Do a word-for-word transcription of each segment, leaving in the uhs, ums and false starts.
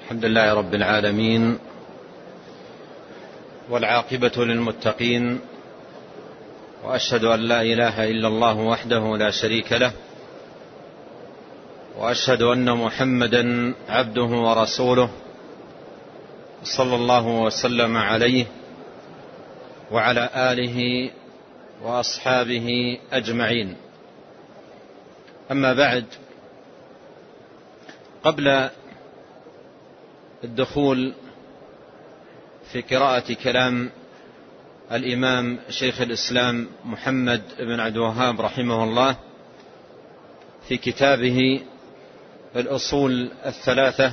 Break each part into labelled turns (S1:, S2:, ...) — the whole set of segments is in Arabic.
S1: الحمد لله رب العالمين، والعاقبة للمتقين، وأشهد أن لا إله إلا الله وحده لا شريك له، وأشهد أن محمدا عبده ورسوله صلى الله وسلم عليه وعلى آله وأصحابه أجمعين. أما بعد، قبل الدخول في قراءة كلام الإمام شيخ الإسلام محمد بن عبد الوهاب رحمه الله في كتابه الأصول الثلاثة،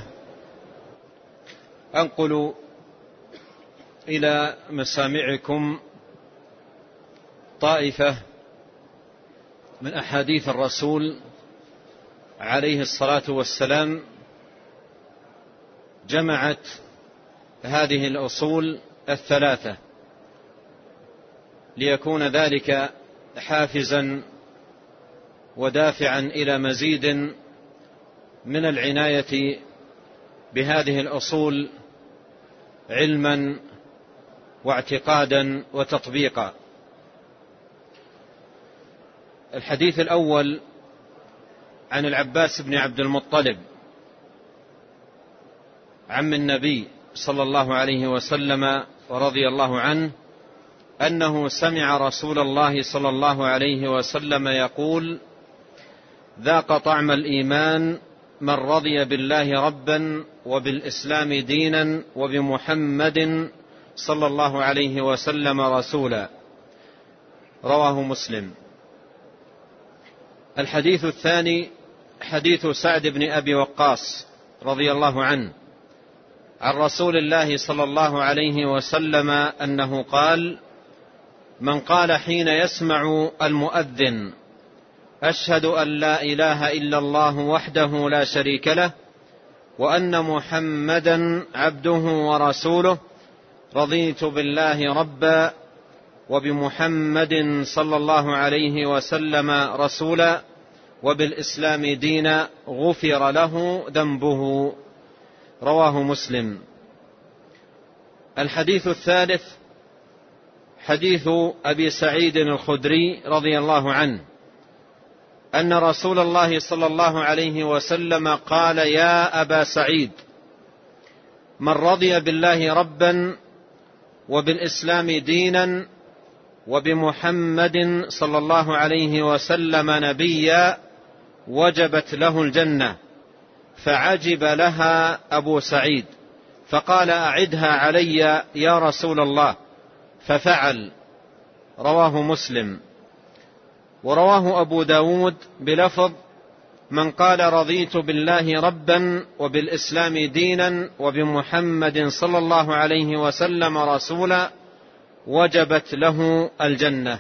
S1: أنقل إلى مسامعكم طائفة من أحاديث الرسول عليه الصلاة والسلام جمعت هذه الأصول الثلاثة، ليكون ذلك حافزا ودافعا إلى مزيد من العناية بهذه الأصول علما واعتقادا وتطبيقا. الحديث الأول عن العباس بن عبد المطلب عم النبي صلى الله عليه وسلم ورضي الله عنه أنه سمع رسول الله صلى الله عليه وسلم يقول: ذاق طعم الإيمان من رضي بالله ربا وبالإسلام دينا وبمحمد صلى الله عليه وسلم رسولا، رواه مسلم. الحديث الثاني حديث سعد بن أبي وقاص رضي الله عنه عن رسول الله صلى الله عليه وسلم أنه قال: من قال حين يسمع المؤذن أشهد أن لا إله إلا الله وحده لا شريك له وأن محمدا عبده ورسوله رضيت بالله ربا وبمحمد صلى الله عليه وسلم رسولا وبالإسلام دينا غفر له ذنبه، رواه مسلم. الحديث الثالث حديث أبي سعيد الخدري رضي الله عنه أن رسول الله صلى الله عليه وسلم قال: يا أبا سعيد، من رضي بالله ربا وبالإسلام دينا وبمحمد صلى الله عليه وسلم نبيا وجبت له الجنة. فعجب لها أبو سعيد فقال: أعدها علي يا رسول الله، ففعل، رواه مسلم. ورواه أبو داود بلفظ: من قال رضيت بالله ربا وبالإسلام دينا وبمحمد صلى الله عليه وسلم رسولا وجبت له الجنة.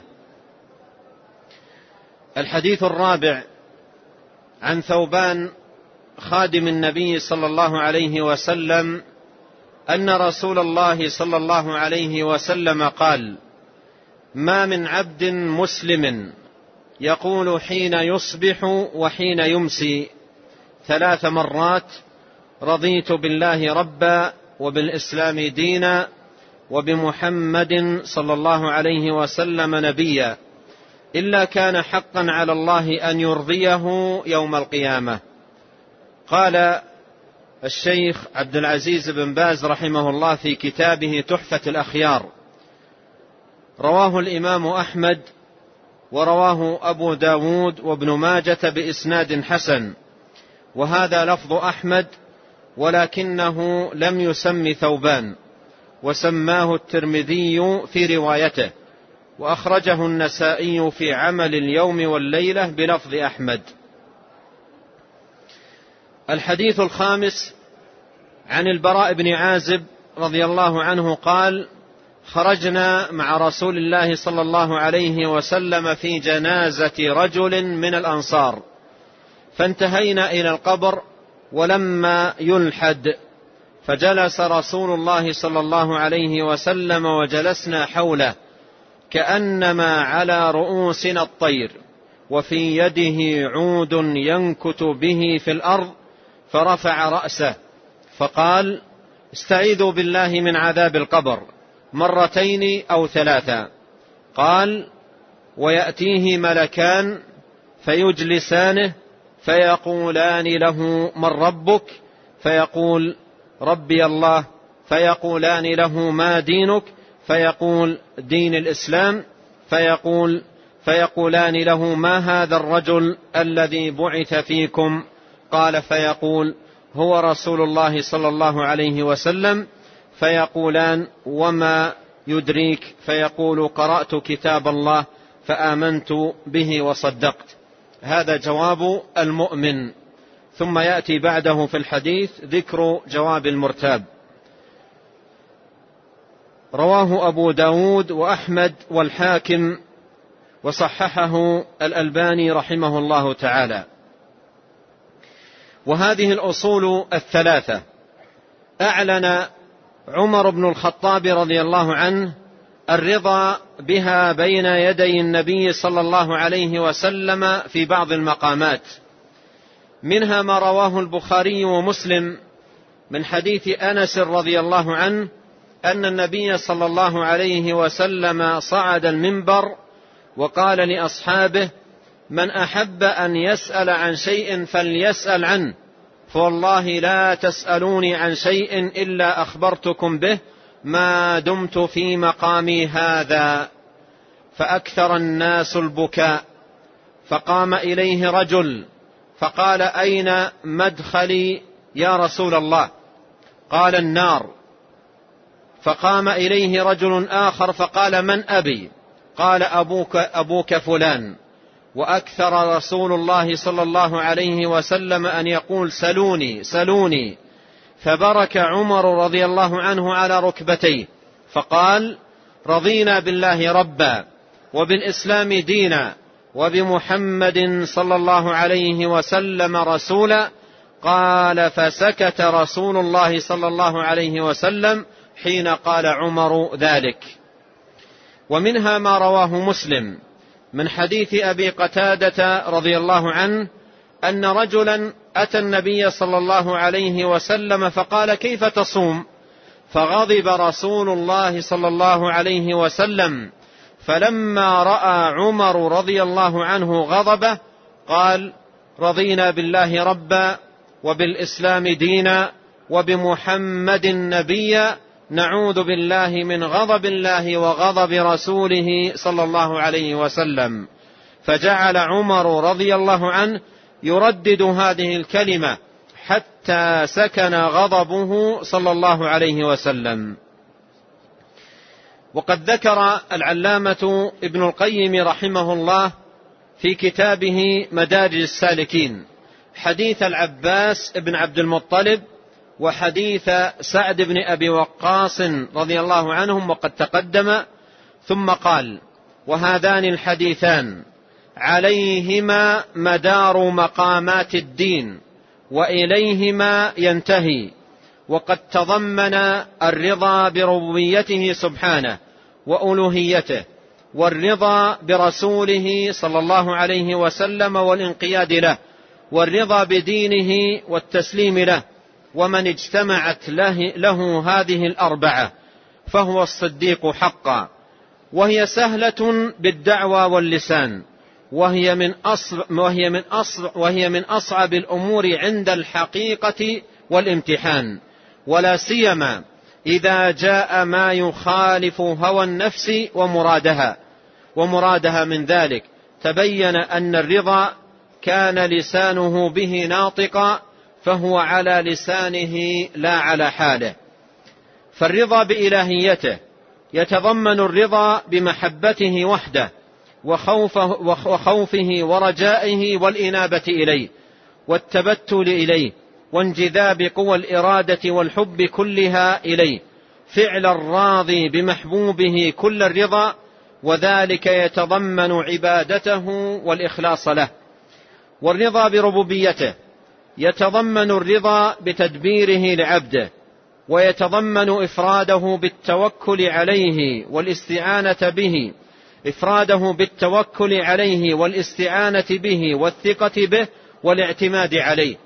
S1: الحديث الرابع عن ثوبان خادم النبي صلى الله عليه وسلم أن رسول الله صلى الله عليه وسلم قال: ما من عبد مسلم يقول حين يصبح وحين يمسي ثلاث مرات رضيت بالله ربا وبالإسلام دينا وبمحمد صلى الله عليه وسلم نبيا إلا كان حقا على الله أن يرضيه يوم القيامة. قال الشيخ عبد العزيز بن باز رحمه الله في كتابه تحفة الأخيار: رواه الإمام أحمد ورواه أبو داود وابن ماجة بإسناد حسن، وهذا لفظ أحمد ولكنه لم يسم ثوبان، وسماه الترمذي في روايته، وأخرجه النسائي في عمل اليوم والليلة بلفظ أحمد. الحديث الخامس عن البراء بن عازب رضي الله عنه قال: خرجنا مع رسول الله صلى الله عليه وسلم في جنازة رجل من الأنصار، فانتهينا إلى القبر ولما يلحد، فجلس رسول الله صلى الله عليه وسلم وجلسنا حوله كأنما على رؤوسنا الطير، وفي يده عود ينكت به في الأرض، فرفع رأسه فقال: استعيذوا بالله من عذاب القبر مرتين أو ثلاثا. قال: ويأتيه ملكان فيجلسانه فيقولان له: من ربك؟ فيقول: ربي الله. فيقولان له: ما دينك؟ فيقول: دين الإسلام. فيقول فيقولان له: ما هذا الرجل الذي بعث فيكم؟ قال: فيقول: هو رسول الله صلى الله عليه وسلم. فيقولان: وما يدريك؟ فيقول: قرأت كتاب الله فآمنت به وصدقت. هذا جواب المؤمن. ثم يأتي بعده في الحديث ذكر جواب المرتاب. رواه أبو داود وأحمد والحاكم وصححه الألباني رحمه الله تعالى. وهذه الأصول الثلاثة أعلن عمر بن الخطاب رضي الله عنه الرضا بها بين يدي النبي صلى الله عليه وسلم في بعض المقامات، منها ما رواه البخاري ومسلم من حديث أنس رضي الله عنه أن النبي صلى الله عليه وسلم صعد المنبر وقال لأصحابه: من أحب أن يسأل عن شيء فليسأل عنه، فوالله لا تسألوني عن شيء إلا أخبرتكم به ما دمت في مقامي هذا. فأكثر الناس البكاء، فقام إليه رجل فقال: أين مدخلي يا رسول الله؟ قال: النار. فقام إليه رجل آخر فقال: من أبي؟ قال: أبوك, أبوك فلان. وأكثر رسول الله صلى الله عليه وسلم أن يقول: سلوني سلوني. فبرك عمر رضي الله عنه على ركبتيه فقال: رضينا بالله ربا وبالإسلام دينا وبمحمد صلى الله عليه وسلم رسولا. قال: فسكت رسول الله صلى الله عليه وسلم حين قال عمر ذلك. ومنها ما رواه مسلم من حديث أبي قتادة رضي الله عنه أن رجلا أتى النبي صلى الله عليه وسلم فقال: كيف تصوم؟ فغضب رسول الله صلى الله عليه وسلم، فلما رأى عمر رضي الله عنه غضبه قال: رضينا بالله ربا وبالإسلام دينا وبمحمد نبيا، نعوذ بالله من غضب الله وغضب رسوله صلى الله عليه وسلم. فجعل عمر رضي الله عنه يردد هذه الكلمة حتى سكن غضبه صلى الله عليه وسلم. وقد ذكر العلامة ابن القيم رحمه الله في كتابه مدارج السالكين حديث العباس بن عبد المطلب وحديث سعد بن أبي وقاص رضي الله عنهم وقد تقدم، ثم قال: وهذان الحديثان عليهما مدار مقامات الدين وإليهما ينتهي، وقد تضمن الرضا بربوبيته سبحانه وألوهيته، والرضا برسوله صلى الله عليه وسلم والانقياد له، والرضا بدينه والتسليم له. ومن اجتمعت له, له هذه الأربعة فهو الصديق حقا. وهي سهلة بالدعوى واللسان، وهي من أصعب, وهي من أصعب, وهي من أصعب الأمور عند الحقيقة والامتحان، ولا سيما إذا جاء ما يخالف هوى النفس ومرادها ومرادها من ذلك. تبين أن الرضا كان لسانه به ناطقا، فهو على لسانه لا على حاله. فالرضا بإلهيته يتضمن الرضا بمحبته وحده وخوفه, وخوفه ورجائه والإنابة إليه والتبتل إليه وانجذاب قوى الإرادة والحب كلها إليه، فعل الراضي بمحبوبه كل الرضا، وذلك يتضمن عبادته والإخلاص له. والرضا بربوبيته يتضمن الرضا بتدبيره لعبده، ويتضمن إفراده بالتوكل عليه والاستعانة به إفراده بالتوكل عليه والاستعانة به والثقة به والاعتماد عليه،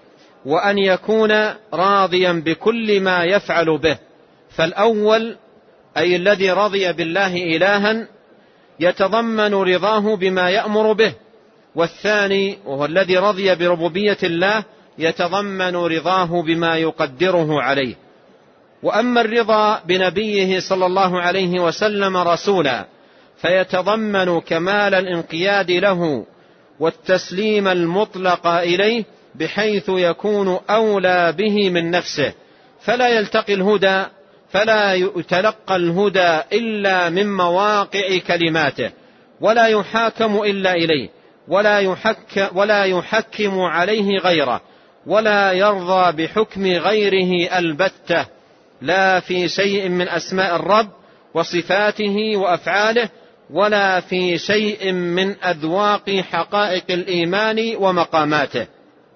S1: وأن يكون راضيا بكل ما يفعل به. فالأول أي الذي رضي بالله إلها يتضمن رضاه بما يأمر به، والثاني وهو الذي رضي بربوبية الله يتضمن رضاه بما يقدره عليه. وأما الرضا بنبيه صلى الله عليه وسلم رسولا فيتضمن كمال الانقياد له والتسليم المطلق إليه، بحيث يكون أولى به من نفسه، فلا يلتقي الهدى فلا يتلقى الهدى إلا من مواقع كلماته، ولا يحاكم إلا إليه، ولا يحك ولا يحكم عليه غيره، ولا يرضى بحكم غيره البتة، لا في شيء من أسماء الرب وصفاته وأفعاله، ولا في شيء من أذواق حقائق الإيمان ومقاماته.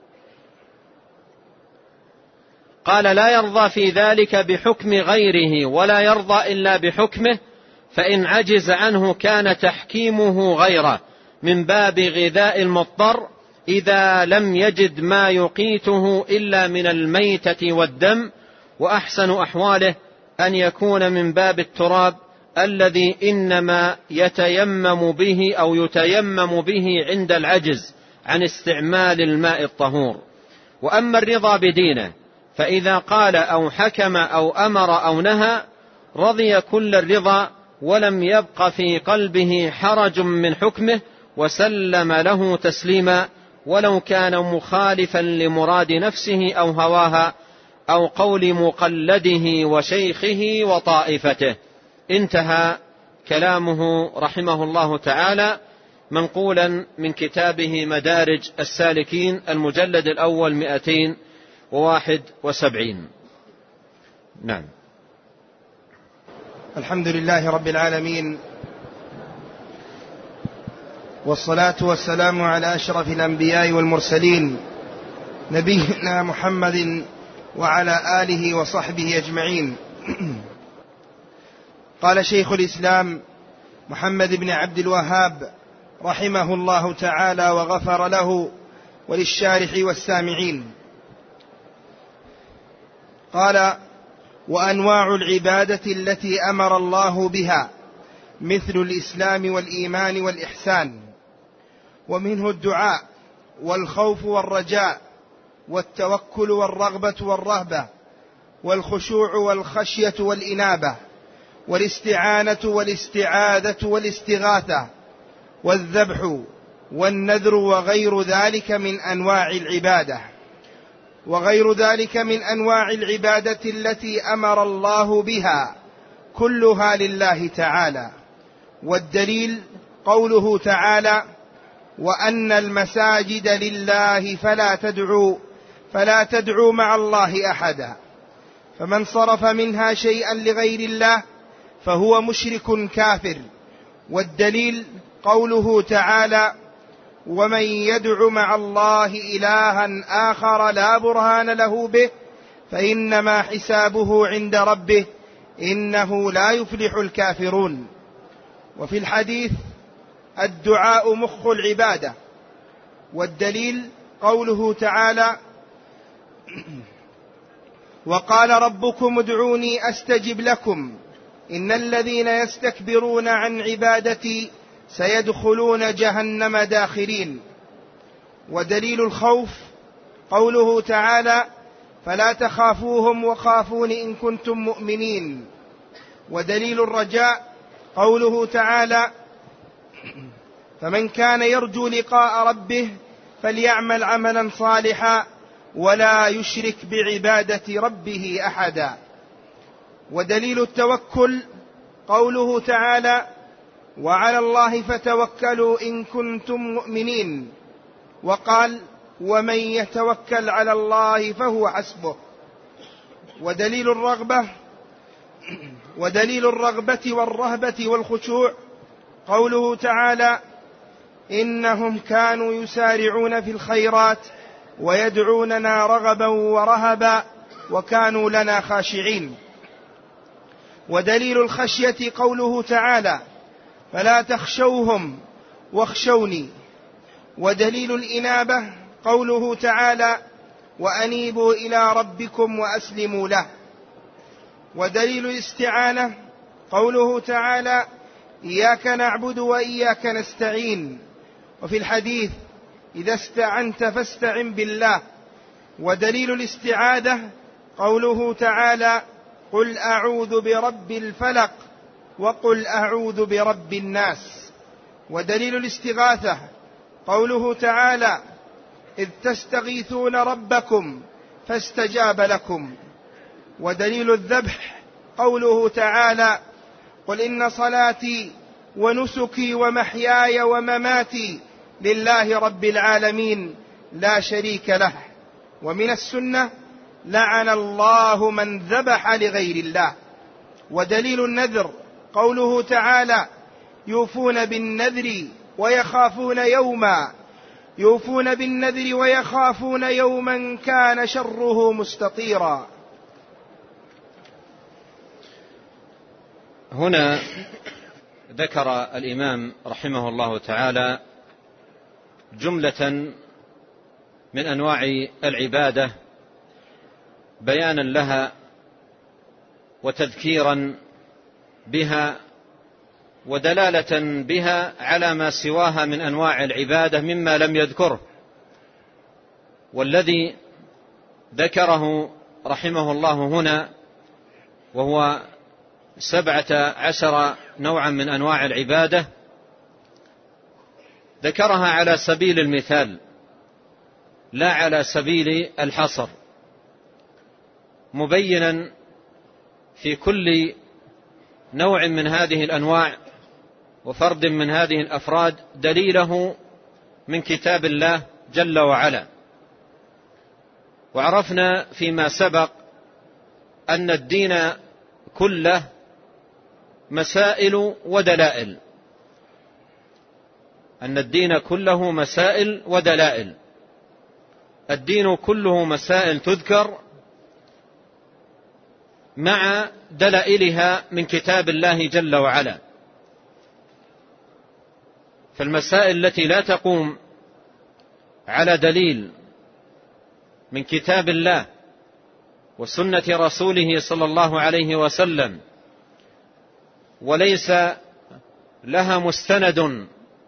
S1: قال: لا يرضى في ذلك بحكم غيره، ولا يرضى إلا بحكمه، فإن عجز عنه كان تحكيمه غيره من باب غذاء المضطر إذا لم يجد ما يقيته إلا من الميتة والدم. وأحسن أحواله أن يكون من باب التراب الذي إنما يتيمم به أو يتيمم به عند العجز عن استعمال الماء الطهور. وأما الرضا بدينه فإذا قال أو حكم أو أمر أو نهى رضي كل الرضا، ولم يبق في قلبه حرج من حكمه، وسلم له تسليما، ولو كان مخالفا لمراد نفسه أو هواها أو قول مقلده وشيخه وطائفته. انتهى كلامه رحمه الله تعالى، منقولا من كتابه مدارج السالكين المجلد الأول مئتين وواحد وسبعين. نعم.
S2: الحمد لله رب العالمين، والصلاة والسلام على أشرف الأنبياء والمرسلين نبينا محمد وعلى آله وصحبه أجمعين. قال شيخ الإسلام محمد بن عبد الوهاب رحمه الله تعالى وغفر له وللشارح والسامعين، قال: وأنواع العبادة التي أمر الله بها مثل الإسلام والإيمان والإحسان، ومنه الدعاء والخوف والرجاء والتوكل والرغبة والرهبة والخشوع والخشية والإنابة والاستعانة والاستعاذة والاستغاثة والذبح والنذر وغير ذلك من أنواع العبادة وغير ذلك من أنواع العبادة التي أمر الله بها كلها لله تعالى. والدليل قوله تعالى: وأن المساجد لله فلا تدعوا فلا تدعوا مع الله أحدا، فمن صرف منها شيئا لغير الله فهو مشرك كافر. والدليل قوله تعالى: ومن يدع مع الله إلها آخر لا برهان له به فإنما حسابه عند ربه إنه لا يفلح الكافرون. وفي الحديث: الدعاء مخ العبادة. والدليل قوله تعالى: وقال ربكم ادعوني أستجب لكم إن الذين يستكبرون عن عبادتي سيدخلون جهنم داخرين. ودليل الخوف قوله تعالى: فلا تخافوهم وخافون إن كنتم مؤمنين. ودليل الرجاء قوله تعالى: فمن كان يرجو لقاء ربه فليعمل عملا صالحا ولا يشرك بعبادة ربه أحدا. ودليل التوكل قوله تعالى: وعلى الله فتوكلوا إن كنتم مؤمنين. وقال: ومن يتوكل على الله فهو حسبه. ودليل الرغبة ودليل الرغبة والرهبة والخشوع قوله تعالى: إنهم كانوا يسارعون في الخيرات ويدعوننا رغبا ورهبا وكانوا لنا خاشعين. ودليل الخشية قوله تعالى: فلا تخشوهم واخشوني. ودليل الإنابة قوله تعالى: وأنيبوا إلى ربكم وأسلموا له. ودليل الاستعانة قوله تعالى: إياك نعبد وإياك نستعين. وفي الحديث: إذا استعنت فاستعن بالله. ودليل الاستعاذة قوله تعالى: قل أعوذ برب الفلق وقل أعوذ برب الناس. ودليل الاستغاثة قوله تعالى: إذ تستغيثون ربكم فاستجاب لكم. ودليل الذبح قوله تعالى: قل إن صلاتي ونسكي ومحياي ومماتي لله رب العالمين لا شريك له. ومن السنة: لعن الله من ذبح لغير الله. ودليل النذر قوله تعالى: يوفون بالنذر ويخافون يوما يوفون بالنذر ويخافون يوما كان شره مستطيرا.
S1: هنا ذكر الإمام رحمه الله تعالى جملة من أنواع العبادة بيانا لها وتذكيرا بها ودلالة بها على ما سواها من أنواع العبادة مما لم يذكره. والذي ذكره رحمه الله هنا وهو سبعة عشر نوعا من أنواع العبادة ذكرها على سبيل المثال لا على سبيل الحصر، مبينا في كل نوع من هذه الأنواع وفرد من هذه الأفراد دليله من كتاب الله جل وعلا. وعرفنا فيما سبق أن الدين كله مسائل ودلائل أن الدين كله مسائل ودلائل الدين كله مسائل تذكر مع دلائلها من كتاب الله جل وعلا. فالمسائل التي لا تقوم على دليل من كتاب الله وسنة رسوله صلى الله عليه وسلم وليس لها مستند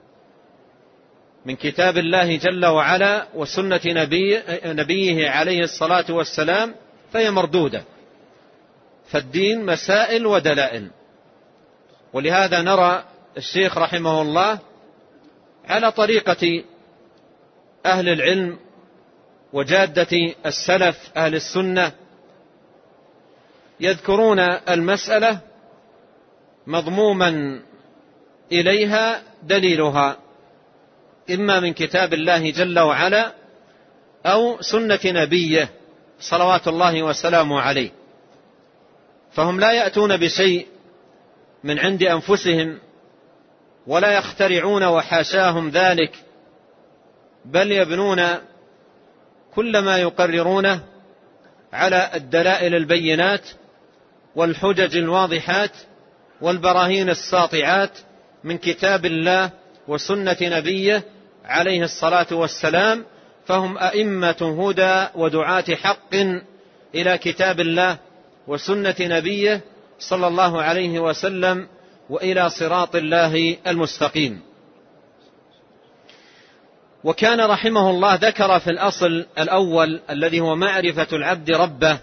S1: من كتاب الله جل وعلا وسنة نبي نبيه عليه الصلاة والسلام فهي مردودة. فالدين مسائل ودلائل. ولهذا نرى الشيخ رحمه الله على طريقة أهل العلم وجادة السلف أهل السنة يذكرون المسألة مضموما إليها دليلها إما من كتاب الله جل وعلا أو سنة نبيه صلوات الله وسلامه عليه. فهم لا يأتون بشيء من عند أنفسهم ولا يخترعون وحاشاهم ذلك، بل يبنون كل ما يقررونه على الدلائل البينات والحجج الواضحات والبراهين الساطعات من كتاب الله وسنة نبيه عليه الصلاة والسلام. فهم أئمة هدى ودعاة حق إلى كتاب الله وسنة نبيه صلى الله عليه وسلم وإلى صراط الله المستقيم. وكان رحمه الله ذكر في الأصل الأول الذي هو معرفة العبد ربه،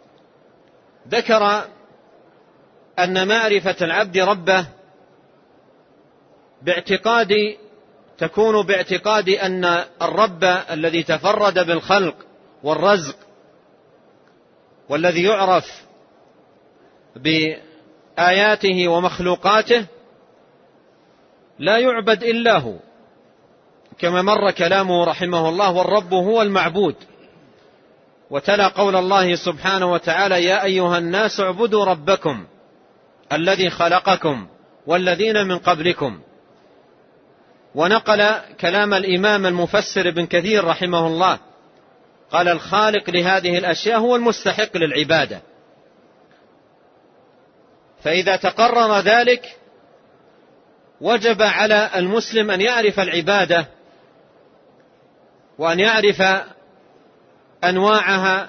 S1: ذكر أن معرفة العبد ربه باعتقاد تكون باعتقاد أن الرب الذي تفرد بالخلق والرزق والذي يعرف بآياته ومخلوقاته لا يعبد إلا هو، كما مر كلامه رحمه الله: والرب هو المعبود. وتلا قول الله سبحانه وتعالى: يا أيها الناس اعبدوا ربكم الذي خلقكم والذين من قبلكم. ونقل كلام الإمام المفسر ابن كثير رحمه الله قال: الخالق لهذه الأشياء هو المستحق للعبادة. فإذا تقرر ذلك وجب على المسلم أن يعرف العبادة وأن يعرف أنواعها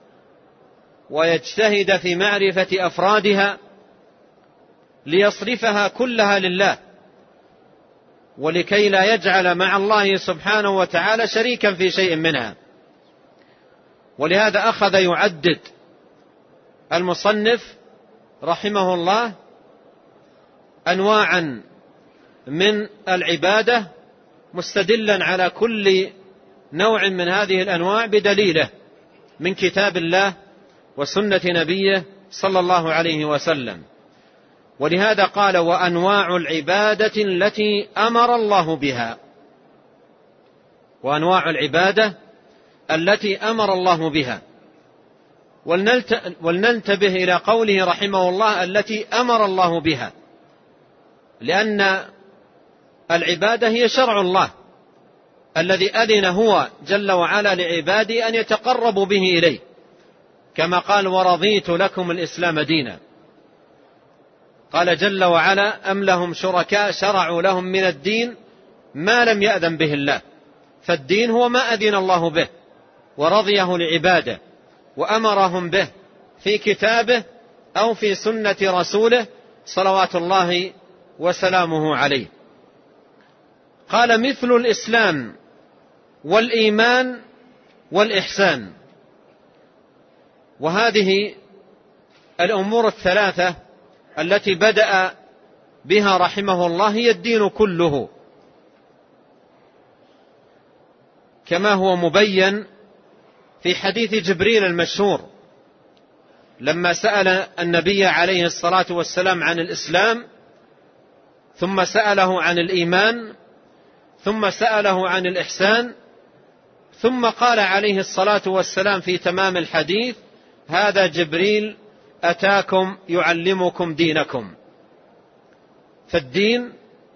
S1: ويجتهد في معرفة أفرادها ليصرفها كلها لله، ولكي لا يجعل مع الله سبحانه وتعالى شريكا في شيء منها. ولهذا أخذ يعدد المصنف رحمه الله أنواعا من العبادة، مستدلا على كل نوع من هذه الأنواع بدليله من كتاب الله وسنة نبيه صلى الله عليه وسلم. ولهذا قال: وأنواع العبادة التي أمر الله بها. وأنواع العبادة التي أمر الله بها. ولننتبه إلى قوله رحمه الله التي أمر الله بها، لأن العبادة هي شرع الله الذي أذن هو جل وعلا لعباده أن يتقربوا به إليه، كما قال: ورضيت لكم الإسلام دينا. قال جل وعلا: أم لهم شركاء شرعوا لهم من الدين ما لم يأذن به الله. فالدين هو ما أذن الله به ورضيه لعباده وأمرهم به في كتابه أو في سنة رسوله صلوات الله وسلامه عليه. قال: مثل الإسلام والإيمان والإحسان. وهذه الأمور الثلاثة التي بدأ بها رحمه الله هي الدين كله، كما هو مبين في حديث جبريل المشهور لما سأل النبي عليه الصلاة والسلام عن الإسلام، ثم سأله عن الإيمان، ثم سأله عن الإحسان، ثم قال عليه الصلاة والسلام في تمام الحديث: هذا جبريل أتاكم يعلمكم دينكم. فالدين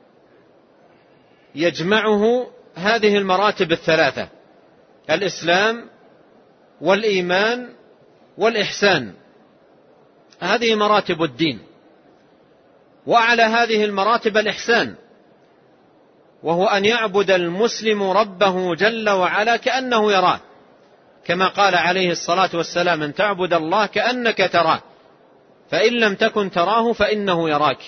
S1: يجمعه هذه المراتب الثلاثة: الإسلام والإيمان والإحسان. هذه مراتب الدين. وعلى هذه المراتب الإحسان، وهو أن يعبد المسلم ربه جل وعلا كأنه يراه، كما قال عليه الصلاة والسلام: أن تعبد الله كأنك تراه فإن لم تكن تراه فإنه يراك.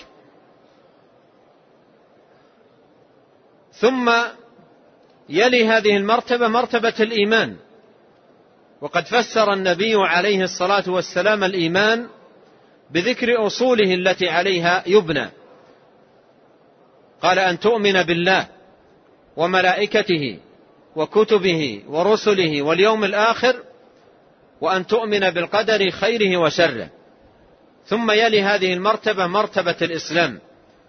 S1: ثم يلي هذه المرتبة مرتبة الإيمان، وقد فسر النبي عليه الصلاة والسلام الإيمان بذكر أصوله التي عليها يبنى. قال: أن تؤمن بالله وملائكته وكتبه ورسله واليوم الآخر، وأن تؤمن بالقدر خيره وشره. ثم يلي هذه المرتبة مرتبة الإسلام،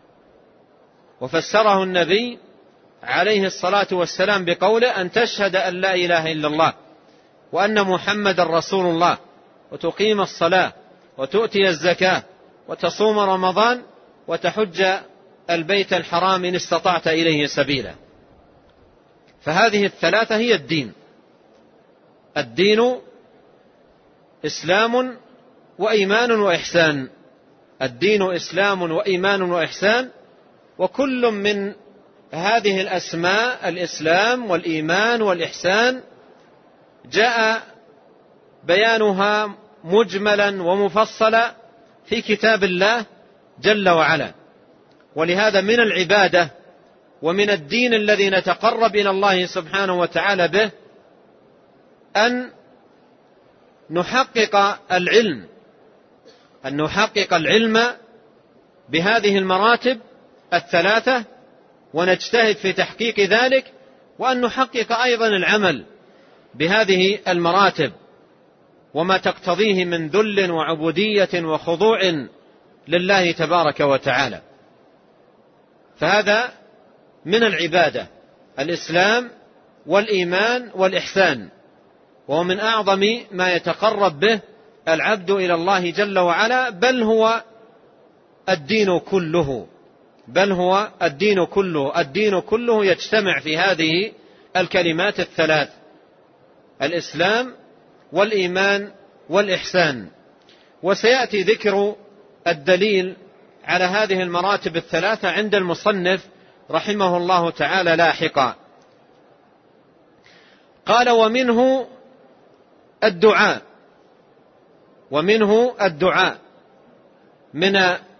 S1: وفسره النبي عليه الصلاة والسلام بقوله: أن تشهد أن لا إله إلا الله وأن محمد رسول الله، وتقيم الصلاة وتؤتي الزكاة وتصوم رمضان وتحج البيت الحرام إن استطعت إليه سبيلا. فهذه الثلاثة هي الدين. الدين إسلام وإيمان وإحسان. الدين إسلام وإيمان وإحسان. وكل من هذه الأسماء، الإسلام والإيمان والإحسان، جاء بيانها مجملا ومفصلا في كتاب الله جل وعلا. ولهذا من العبادة ومن الدين الذي نتقرب إلى الله سبحانه وتعالى به أن نحقق العلم أن نحقق العلم بهذه المراتب الثلاثة ونجتهد في تحقيق ذلك، وأن نحقق أيضا العمل بهذه المراتب وما تقتضيه من ذل وعبودية وخضوع لله تبارك وتعالى. فهذا من العبادة الإسلام والإيمان والإحسان، وهو من أعظم ما يتقرب به العبد إلى الله جل وعلا، بل هو الدين كله بل هو الدين كله الدين كله يجتمع في هذه الكلمات الثلاث: الإسلام والإيمان والإحسان. وسيأتي ذكر الدليل على هذه المراتب الثلاثة عند المصنف رحمه الله تعالى لاحقا. قال: ومنه الدعاء، ومنه الدعاء من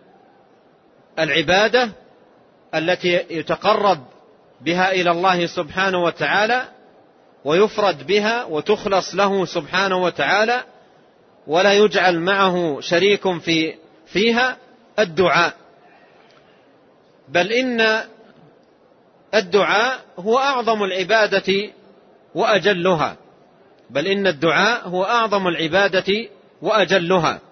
S1: العبادة التي يتقرب بها إلى الله سبحانه وتعالى ويفرد بها وتخلص له سبحانه وتعالى ولا يجعل معه شريك في فيها الدعاء. بل إن الدعاء هو أعظم العبادة وأجلها بل إن الدعاء هو أعظم العبادة وأجلها.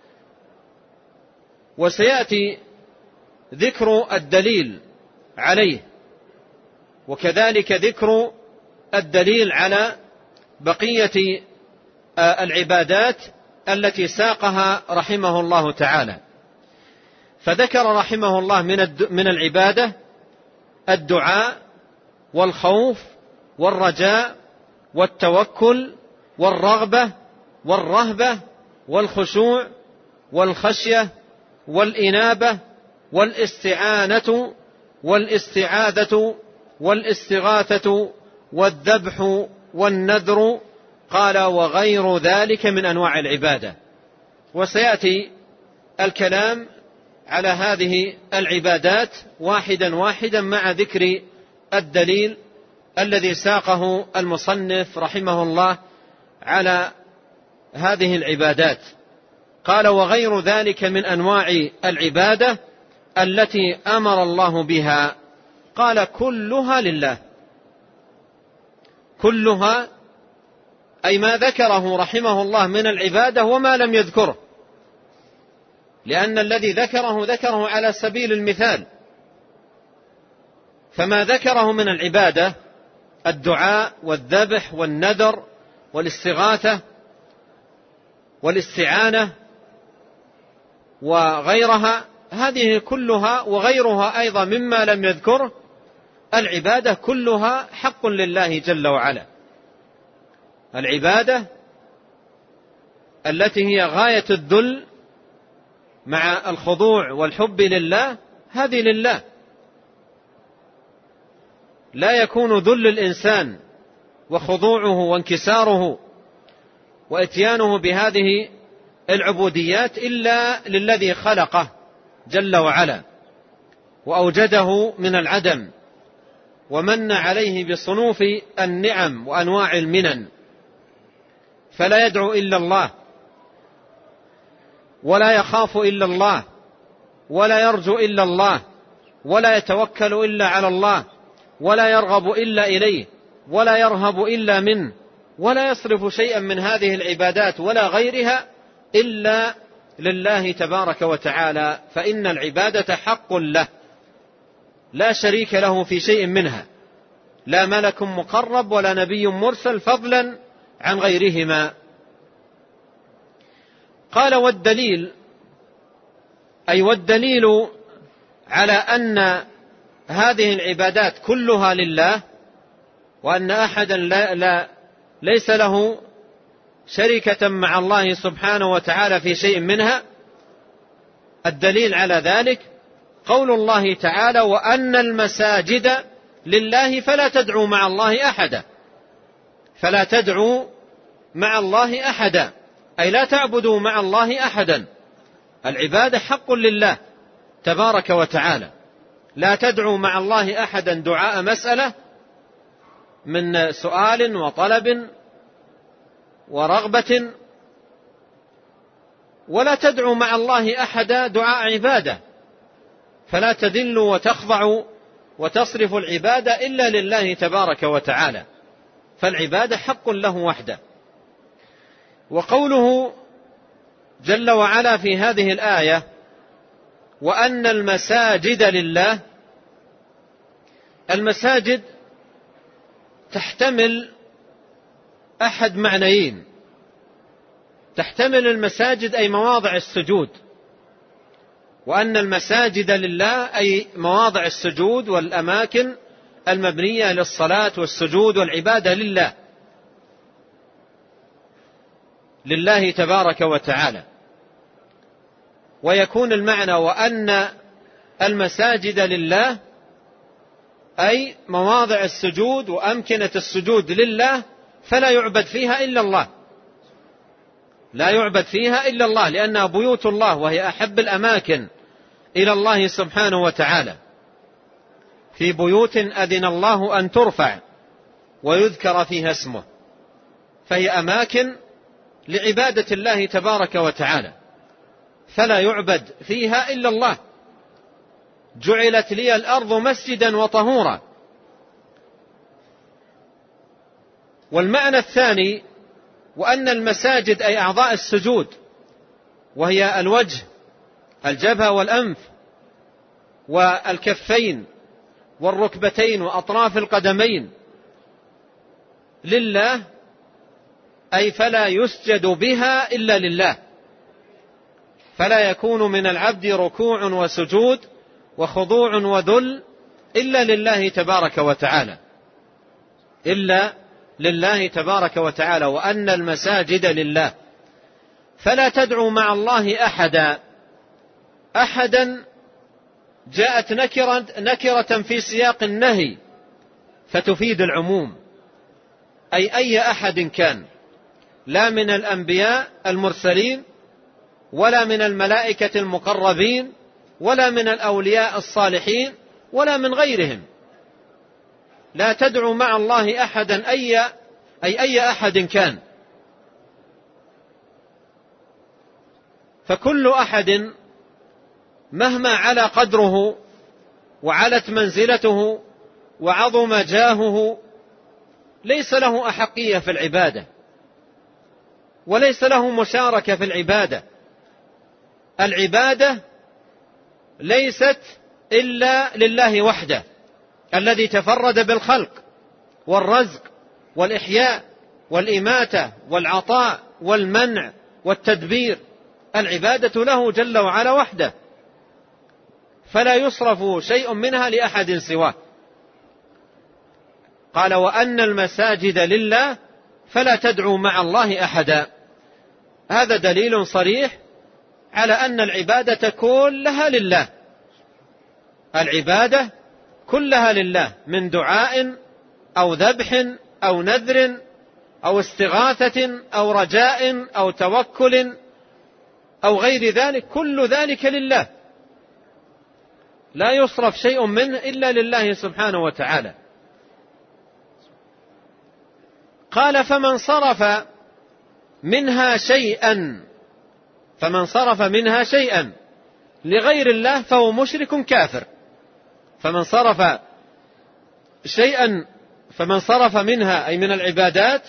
S1: وسيأتي ذكر الدليل عليه، وكذلك ذكر الدليل على بقية العبادات التي ساقها رحمه الله تعالى. فذكر رحمه الله من العبادة الدعاء والخوف والرجاء والتوكل والرغبة والرهبة والخشوع والخشية والإنابة والاستعانة والاستعاذة والاستغاثة والذبح والنذر. قال وغير ذلك من أنواع العبادة. وسيأتي الكلام على هذه العبادات واحدا واحدا مع ذكر الدليل الذي ساقه المصنف رحمه الله على هذه العبادات. قال وغير ذلك من أنواع العبادة التي أمر الله بها. قال كلها لله، كلها أي ما ذكره رحمه الله من العبادة وما لم يذكره، لأن الذي ذكره ذكره على سبيل المثال. فما ذكره من العبادة الدعاء والذبح والنذر والاستغاثة والاستعانة وغيرها، هذه كلها وغيرها أيضا مما لم يذكره العبادة كلها حق لله جل وعلا. العبادة التي هي غاية الذل مع الخضوع والحب لله هذه لله. لا يكون ذل الإنسان وخضوعه وانكساره وإتيانه بهذه العبوديات إلا للذي خلقه جل وعلا وأوجده من العدم ومن عليه بصنوف النعم وأنواع المنن. فلا يدعو إلا الله ولا يخاف إلا الله ولا يرجو إلا الله ولا يتوكل إلا على الله ولا يرغب إلا إليه ولا يرهب إلا منه ولا يصرف شيئا من هذه العبادات ولا غيرها إلا لله تبارك وتعالى. فإن العبادة حق له لا شريك له في شيء منها، لا ملك مقرب ولا نبي مرسل فضلا عن غيرهما. قال والدليل أي والدليل على أن هذه العبادات كلها لله وأن أحدا لا لا ليس له شركة مع الله سبحانه وتعالى في شيء منها. الدليل على ذلك قول الله تعالى وأن المساجد لله فلا تدعوا مع الله أحدا. فلا تدعوا مع الله أحدا أي لا تعبدوا مع الله أحدا. العبادة حق لله تبارك وتعالى، لا تدعوا مع الله أحدا دعاء مسألة من سؤال وطلب ورغبة، ولا تدعوا مع الله أحدا دعاء عبادة، فلا تذلوا وتخضعوا وتصرفوا العبادة إلا لله تبارك وتعالى. فالعبادة حق له وحده. وقوله جل وعلا في هذه الآية وأن المساجد لله، المساجد تحتمل أحد معنيين. تحتمل المساجد أي مواضع السجود، وأن المساجد لله أي مواضع السجود والأماكن المبنية للصلاة والسجود والعبادة لله لله تبارك وتعالى. ويكون المعنى وأن المساجد لله أي مواضع السجود وأمكنة السجود لله فلا يعبد فيها إلا الله لا يعبد فيها إلا الله، لأنها بيوت الله وهي أحب الأماكن إلى الله سبحانه وتعالى، في بيوت أذن الله أن ترفع ويذكر فيها اسمه، فهي أماكن لعبادة الله تبارك وتعالى، فلا يعبد فيها إلا الله. جعلت لي الأرض مسجدا وطهورا. والمعنى الثاني: وأن المساجد أي أعضاء السجود، وهي الوجه، الجبهة والأنف والكفين والركبتين وأطراف القدمين، لله، أي فلا يسجد بها إلا لله، فلا يكون من العبد ركوع وسجود وخضوع وذل إلا لله تبارك وتعالى، إلا لله تبارك وتعالى. وأن المساجد لله، فلا تدعو مع الله أحدا. أحدا جاءت نكرة, نكرة في سياق النهي فتفيد العموم، أي أي أحد كان، لا من الأنبياء المرسلين ولا من الملائكة المقربين ولا من الأولياء الصالحين ولا من غيرهم. لا تدعو مع الله أحدا، أي أي أي أحد كان. فكل أحد مهما علا قدره وعلت منزلته وعظم جاهه ليس له أحقية في العبادة، وليس له مشاركة في العبادة. العبادة ليست إلا لله وحده، الذي تفرد بالخلق والرزق والإحياء والإماتة والعطاء والمنع والتدبير. العبادة له جل وعلا وحده، فلا يصرف شيء منها لأحد سواه. قال: وأن المساجد لله فلا تدعو مع الله أحدا. هذا دليل صريح على أن العبادة كلها لله، العبادة كلها لله، من دعاء أو ذبح أو نذر أو استغاثة أو رجاء أو توكل أو غير ذلك، كل ذلك لله، لا يصرف شيء منه إلا لله سبحانه وتعالى. قال: فمن صرف منها شيئا فمن صرف منها شيئا لغير الله فهو مشرك كافر. فمن صرف شيئا فمن صرف منها أي من العبادات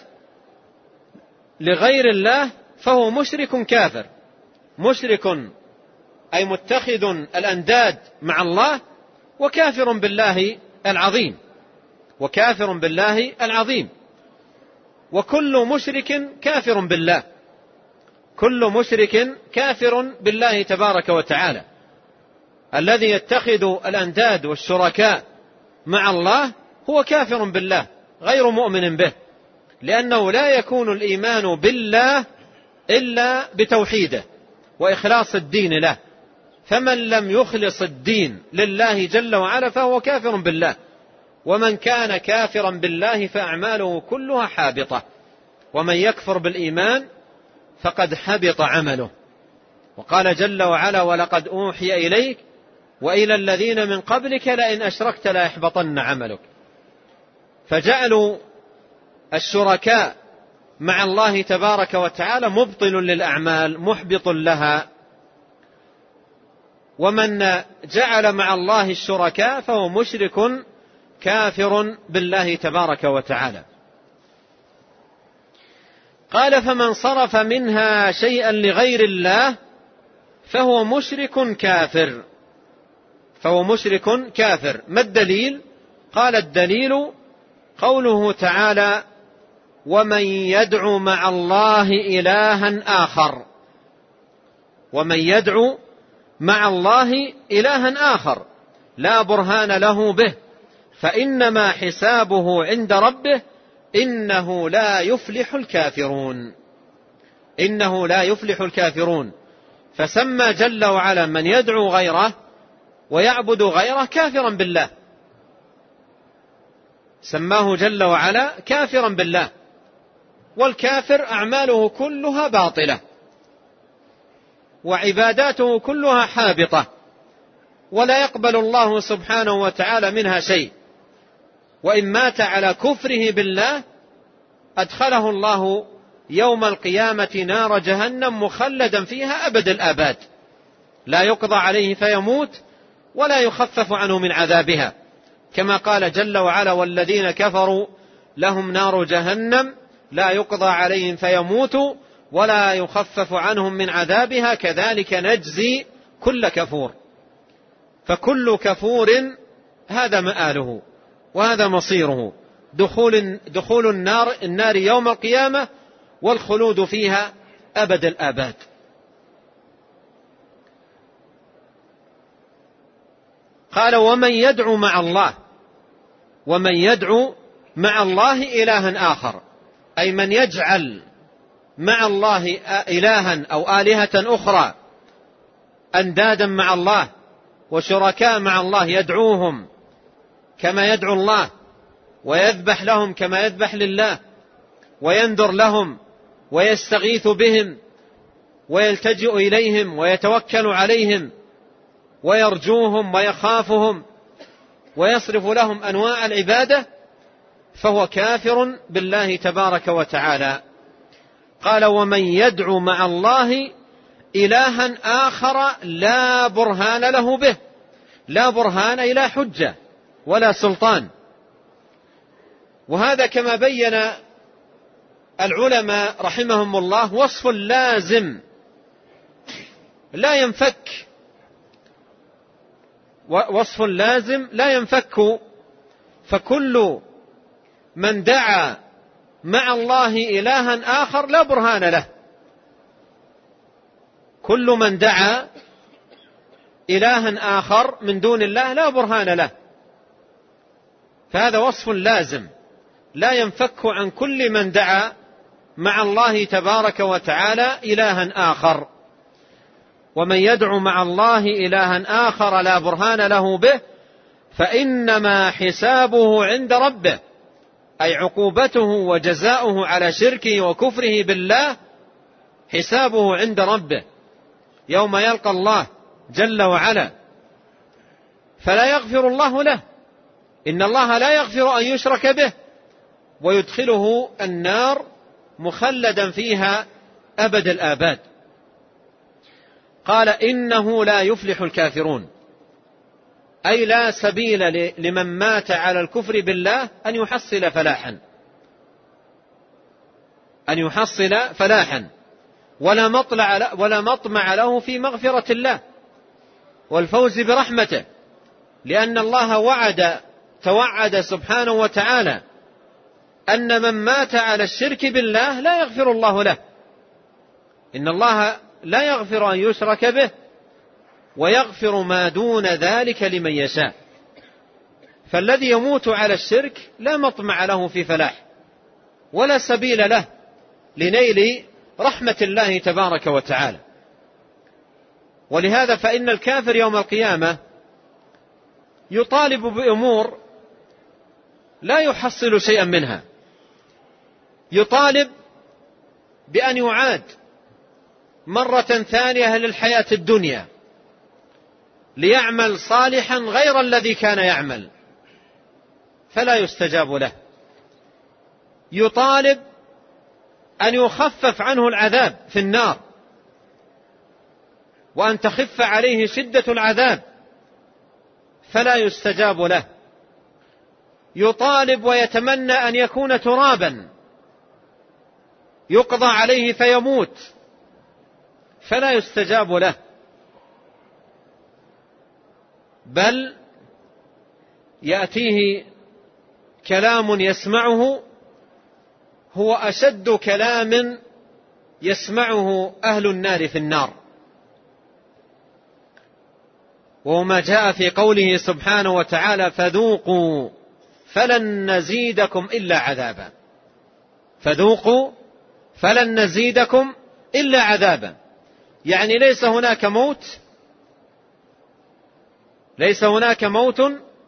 S1: لغير الله فهو مشرك كافر. مشرك أي متخذ الأنداد مع الله، وكافر بالله العظيم، وكافر بالله العظيم. وكل مشرك كافر بالله، كل مشرك كافر بالله تبارك وتعالى. الذي يتخذ الأنداد والشركاء مع الله هو كافر بالله غير مؤمن به، لأنه لا يكون الإيمان بالله إلا بتوحيده وإخلاص الدين له. فمن لم يخلص الدين لله جل وعلا فهو كافر بالله. ومن كان كافرا بالله فأعماله كلها حابطة، ومن يكفر بالإيمان فقد حبط عمله. وقال جل وعلا: ولقد أوحي إليك وإلى الذين من قبلك لئن أشركت ليحبطن عملك. فجعلوا الشركاء مع الله تبارك وتعالى مبطل للأعمال محبط لها. ومن جعل مع الله الشركاء فهو مشرك كافر بالله تبارك وتعالى. قال: فمن صرف منها شيئا لغير الله فهو مشرك كافر. فهو مشرك كافر. ما الدليل؟ قال: الدليل قوله تعالى: ومن يدعو مع الله إلها آخر. ومن يدعو مع الله إلها آخر لا برهان له به فإنما حسابه عند ربه إنه لا يفلح الكافرون. إنه لا يفلح الكافرون. فسمى جل وعلا من يدعو غيره ويعبد غيره كافرا بالله، سماه جل وعلا كافرا بالله. والكافر أعماله كلها باطلة وعباداته كلها حابطة، ولا يقبل الله سبحانه وتعالى منها شيء. وإن مات على كفره بالله أدخله الله يوم القيامة نار جهنم مخلدا فيها أبد الآباد، لا يقضى عليه فيموت ولا يخفف عنه من عذابها، كما قال جل وعلا: والذين كفروا لهم نار جهنم لا يقضى عليهم فيموتوا ولا يخفف عنهم من عذابها كذلك نجزي كل كفور. فكل كفور هذا مآله وهذا مصيره، دخول, دخول النار, النار يوم القيامة والخلود فيها أبد الآباد. قال: ومن يدعو مع الله ومن يدعو مع الله إلها آخر، أي من يجعل مع الله إلها أو آلهة أخرى، أندادا مع الله وشركاء مع الله، يدعوهم كما يدعو الله، ويذبح لهم كما يذبح لله، وينذر لهم ويستغيث بهم ويلتجئ إليهم ويتوكل عليهم ويرجوهم ويخافهم ويصرف لهم أنواع العبادة، فهو كافر بالله تبارك وتعالى. قال: ومن يدعو مع الله إلها آخر لا برهان له به، لا برهان إلى حجة ولا سلطان. وهذا كما بين العلماء رحمهم الله وصف لازم لا ينفك، وصف لازم لا ينفك، فكل من دعا مع الله إلها آخر لا برهان له، كل من دعا إلها آخر من دون الله لا برهان له، فهذا وصف لازم لا ينفك عن كل من دعا مع الله تبارك وتعالى إلها آخر. ومن يدعو مع الله إلها آخر لا برهان له به فإنما حسابه عند ربه، أي عقوبته وجزاؤه على شركه وكفره بالله حسابه عند ربه يوم يلقى الله جل وعلا، فلا يغفر الله له، إن الله لا يغفر أن يشرك به ويدخله النار مخلدا فيها أبد الآباد. قال: إنه لا يفلح الكافرون، أي لا سبيل لمن مات على الكفر بالله أن يحصل فلاحا، أن يحصل فلاحا ولا مطلع ولا مطمع له في مغفرة الله والفوز برحمته، لأن الله وعد توعد سبحانه وتعالى أن من مات على الشرك بالله لا يغفر الله له، إن الله لا يغفر أن يشرك به ويغفر ما دون ذلك لمن يشاء. فالذي يموت على الشرك لا مطمع له في فلاح ولا سبيل له لنيل رحمة الله تبارك وتعالى. ولهذا فإن الكافر يوم القيامة يطالب بأمور لا يحصل شيئا منها، يطالب بأن يعاد مرة ثانية للحياة الدنيا ليعمل صالحا غير الذي كان يعمل فلا يستجاب له، يطالب أن يخفف عنه العذاب في النار وأن تخف عليه شدة العذاب فلا يستجاب له، يطالب ويتمنى أن يكون ترابا يقضى عليه فيموت فلا يستجاب له، بل يأتيه كلام يسمعه هو أشد كلام يسمعه أهل النار في النار، وما جاء في قوله سبحانه وتعالى: فذوقوا فلن نزيدكم إلا عذابا، فذوقوا فلن نزيدكم إلا عذابا، يعني ليس هناك موت، ليس هناك موت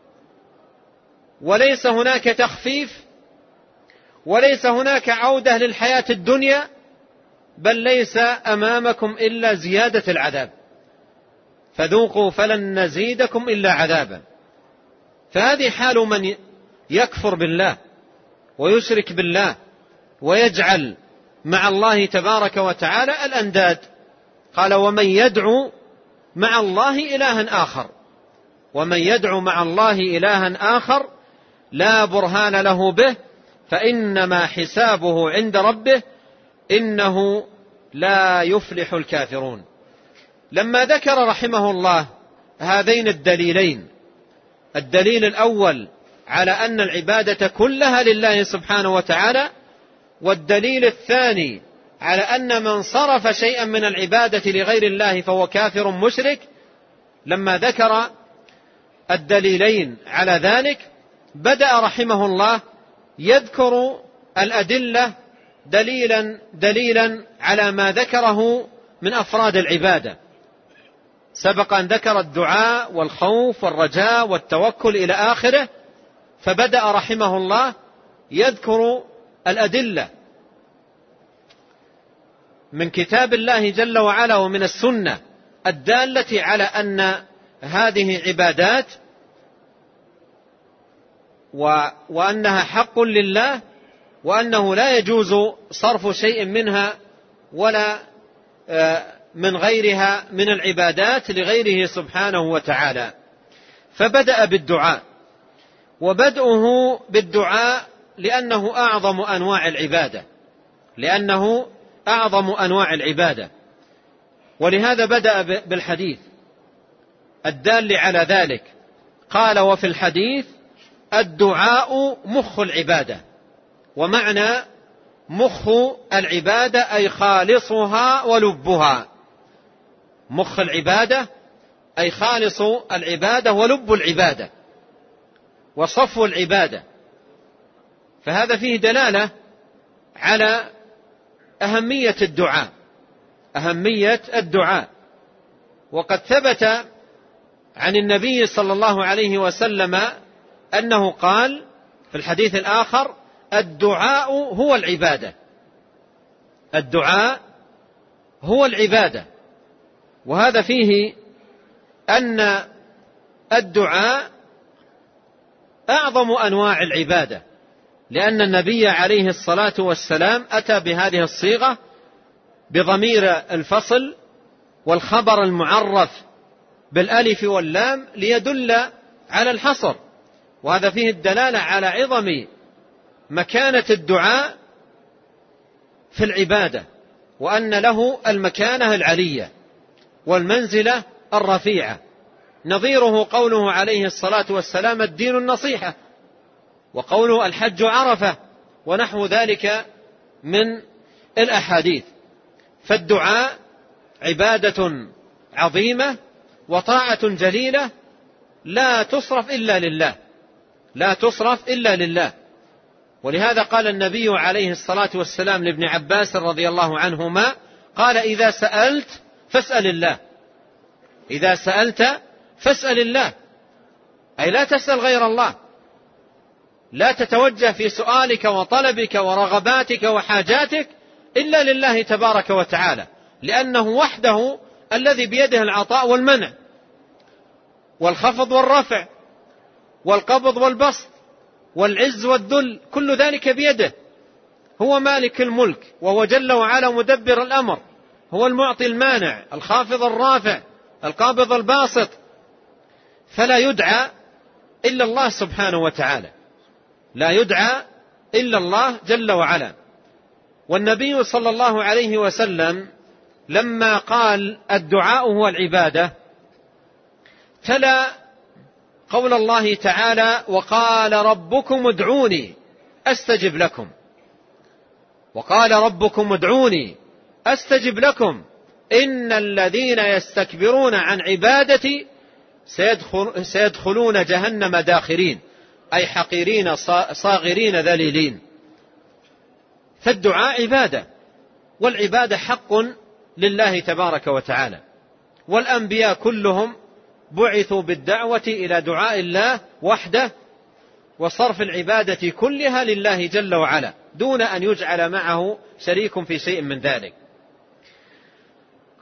S1: وليس هناك تخفيف وليس هناك عودة للحياة الدنيا، بل ليس أمامكم إلا زيادة العذاب فذوقوا فلن نزيدكم إلا عذابا. فهذه حال من يكفر بالله ويشرك بالله ويجعل مع الله تبارك وتعالى الأنداد. قال ومن يدعو مع الله إلها آخر ومن يدعو مع الله إلها آخر لا برهان له به فإنما حسابه عند ربه إنه لا يفلح الكافرون. لما ذكر رحمه الله هذين الدليلين، الدليل الأول على أن العبادة كلها لله سبحانه وتعالى، والدليل الثاني على أن من صرف شيئا من العبادة لغير الله فهو كافر مشرك، لما ذكر الدليلين على ذلك بدأ رحمه الله يذكر الأدلة دليلا دليلا على ما ذكره من أفراد العبادة. سبق أن ذكر الدعاء والخوف والرجاء والتوكل إلى آخره، فبدأ رحمه الله يذكر الأدلة من كتاب الله جل وعلا ومن السنة الدالة على أن هذه عبادات وأنها حق لله، وأنه لا يجوز صرف شيء منها ولا من غيرها من العبادات لغيره سبحانه وتعالى. فبدأ بالدعاء، وبدأه بالدعاء لأنه أعظم أنواع العبادة لأنه أعظم أنواع العبادة ولهذا بدأ بالحديث الدال على ذلك. قال وفي الحديث الدعاء مخ العبادة. ومعنى مخ العبادة أي خالصها ولبها. مخ العبادة أي خالص العبادة ولب العبادة وصفو العبادة. فهذا فيه دلالة على أهمية الدعاء أهمية الدعاء وقد ثبت عن النبي صلى الله عليه وسلم أنه قال في الحديث الآخر الدعاء هو العبادة الدعاء هو العبادة. وهذا فيه أن الدعاء أعظم أنواع العبادة، لأن النبي عليه الصلاة والسلام أتى بهذه الصيغة بضمير الفصل والخبر المعرف بالألف واللام ليدل على الحصر. وهذا فيه الدلالة على عظم مكانة الدعاء في العبادة، وأن له المكانة العلية والمنزلة الرفيعة. نظيره قوله عليه الصلاة والسلام الدين النصيحة، وقوله الحج عرفة، ونحو ذلك من الأحاديث. فالدعاء عبادة عظيمة وطاعة جليلة لا تصرف إلا لله لا تصرف إلا لله. ولهذا قال النبي عليه الصلاة والسلام لابن عباس رضي الله عنهما قال إذا سألت فاسأل الله إذا سألت فاسأل الله أي لا تسأل غير الله، لا تتوجه في سؤالك وطلبك ورغباتك وحاجاتك إلا لله تبارك وتعالى، لأنه وحده الذي بيده العطاء والمنع والخفض والرفع والقبض والبسط والعز والذل، كل ذلك بيده. هو مالك الملك، وهو جل وعلا مدبر الأمر، هو المعطي المانع الخافض الرافع القابض الباسط، فلا يدعى إلا الله سبحانه وتعالى لا يدعى إلا الله جل وعلا. والنبي صلى الله عليه وسلم لما قال الدعاء هو العبادة تلا قول الله تعالى وقال ربكم ادعوني أستجب لكم وقال ربكم ادعوني أستجب لكم إن الذين يستكبرون عن عبادتي سيدخل سيدخلون جهنم داخرين أي حقيرين صاغرين ذليلين. فالدعاء عبادة، والعبادة حق لله تبارك وتعالى، والأنبياء كلهم بعثوا بالدعوة إلى دعاء الله وحده وصرف العبادة كلها لله جل وعلا دون أن يجعل معه شريك في شيء من ذلك.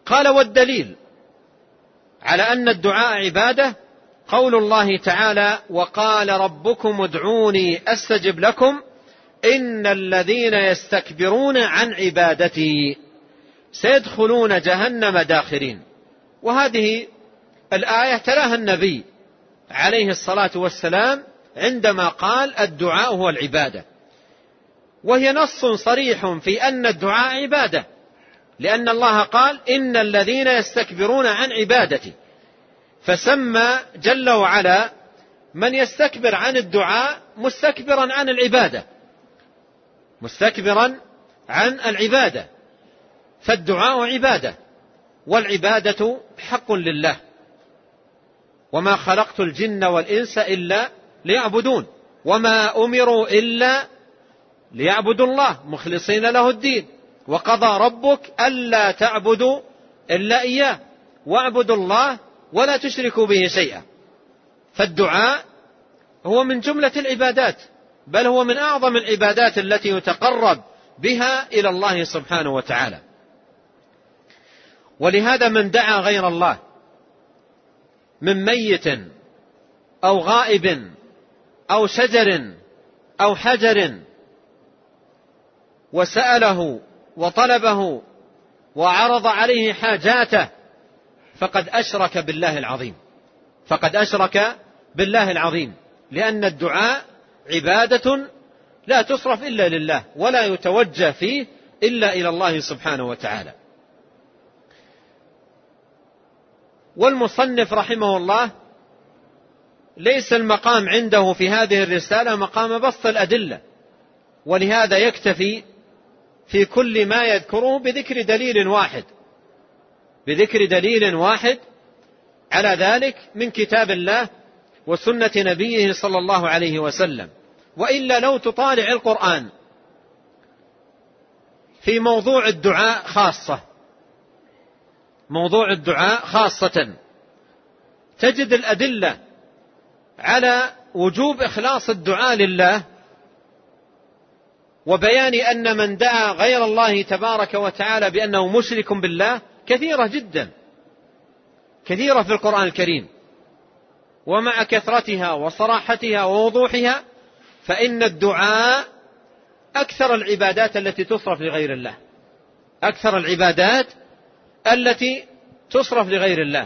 S1: قال: والدليل على أن الدعاء عبادة قول الله تعالى: وقال ربكم ادعوني أستجب لكم إن الذين يستكبرون عن عبادتي سيدخلون جهنم داخرين. وهذه الآية تلاها النبي عليه الصلاة والسلام عندما قال: الدعاء هو العبادة، وهي نص صريح في أن الدعاء عبادة، لأن الله قال: إن الذين يستكبرون عن عبادتي، فسمى جل وعلا من يستكبر عن الدعاء مستكبرا عن العبادة، مستكبرا عن العبادة. فالدعاء عبادة، والعبادة حق لله. وما خلقت الجن والإنس إلا ليعبدون، وما أمروا إلا ليعبدوا الله مخلصين له الدين، وقضى ربك ألا تعبدوا إلا إياه واعبدوا الله ولا تشركوا به شيئا. فالدعاء هو من جملة العبادات، بل هو من أعظم العبادات التي يتقرب بها إلى الله سبحانه وتعالى. ولهذا من دعا غير الله من ميت أو غائب أو شجر أو حجر وسأله وطلبه وعرض عليه حاجاته فقد أشرك بالله العظيم، فقد أشرك بالله العظيم، لأن الدعاء عبادة لا تصرف إلا لله، ولا يتوجه فيه إلا إلى الله سبحانه وتعالى. والمصنف رحمه الله ليس المقام عنده في هذه الرسالة مقام بسط الأدلة، ولهذا يكتفي في كل ما يذكره بذكر دليل واحد بذكر دليل واحد على ذلك من كتاب الله وسنة نبيه صلى الله عليه وسلم. وإلا لو تطالع القرآن في موضوع الدعاء خاصة موضوع الدعاء خاصة تجد الأدلة على وجوب إخلاص الدعاء لله، وبيان أن من دعا غير الله تبارك وتعالى بأنه مشرك بالله كثيرة جدا، كثيرة في القرآن الكريم. ومع كثرتها وصراحتها ووضوحها فإن الدعاء أكثر العبادات التي تصرف لغير الله، أكثر العبادات التي تصرف لغير الله.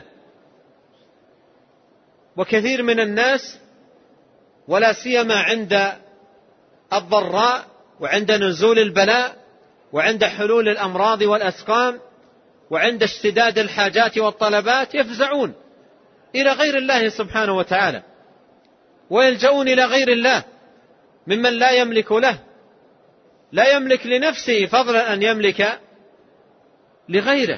S1: وكثير من الناس ولا سيما عند الضراء وعند نزول البلاء وعند حلول الأمراض والأسقام وعند اشتداد الحاجات والطلبات يفزعون إلى غير الله سبحانه وتعالى، ويلجؤون إلى غير الله ممن لا يملك له، لا يملك لنفسه فضلا أن يملك لغيره.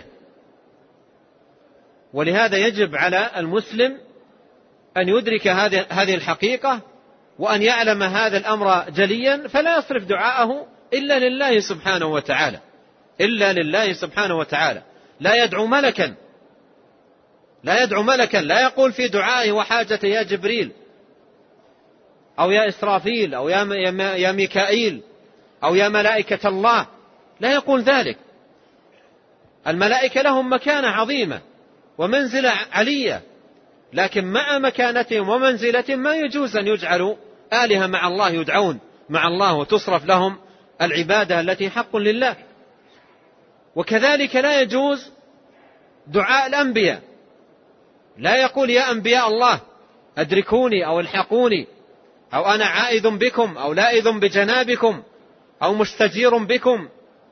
S1: ولهذا يجب على المسلم أن يدرك هذه الحقيقة وأن يعلم هذا الأمر جليا، فلا يصرف دعاءه إلا لله سبحانه وتعالى، إلا لله سبحانه وتعالى. لا يدعو ملكا لا يدعو ملكا لا يقول في دعائه وحاجته يا جبريل أو يا إسرافيل أو يا ميكائيل أو يا ملائكة الله، لا يقول ذلك. الملائكة لهم مكانة عظيمة ومنزلة علية، لكن مع مكانتهم ومنزلتهم ما يجوز أن يجعلوا آلهة مع الله يدعون مع الله وتصرف لهم العبادة التي حق لله. وكذلك لا يجوز دعاء الأنبياء، لا يقول يا أنبياء الله أدركوني أو الحقوني أو أنا عائذ بكم أو لائذ بجنابكم أو مستجير بكم،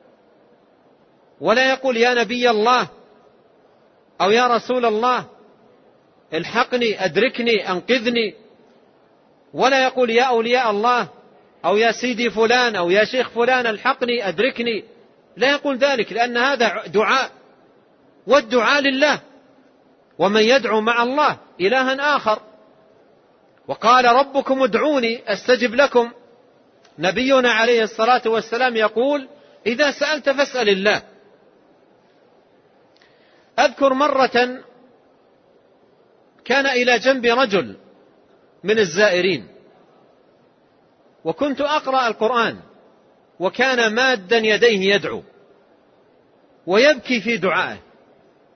S1: ولا يقول يا نبي الله أو يا رسول الله الحقني أدركني أنقذني، ولا يقول يا أولياء الله أو يا سيدي فلان أو يا شيخ فلان الحقني أدركني، لا يقول ذلك، لأن هذا دعاء، والدعاء لله، ومن يدعو مع الله إلها آخر. وقال ربكم ادعوني أستجب لكم. نبينا عليه الصلاة والسلام يقول إذا سألت فاسأل الله. أذكر مرة كان إلى جنب رجل من الزائرين، وكنت أقرأ القرآن، وكان مادا يديه يدعو ويبكي في دعائه،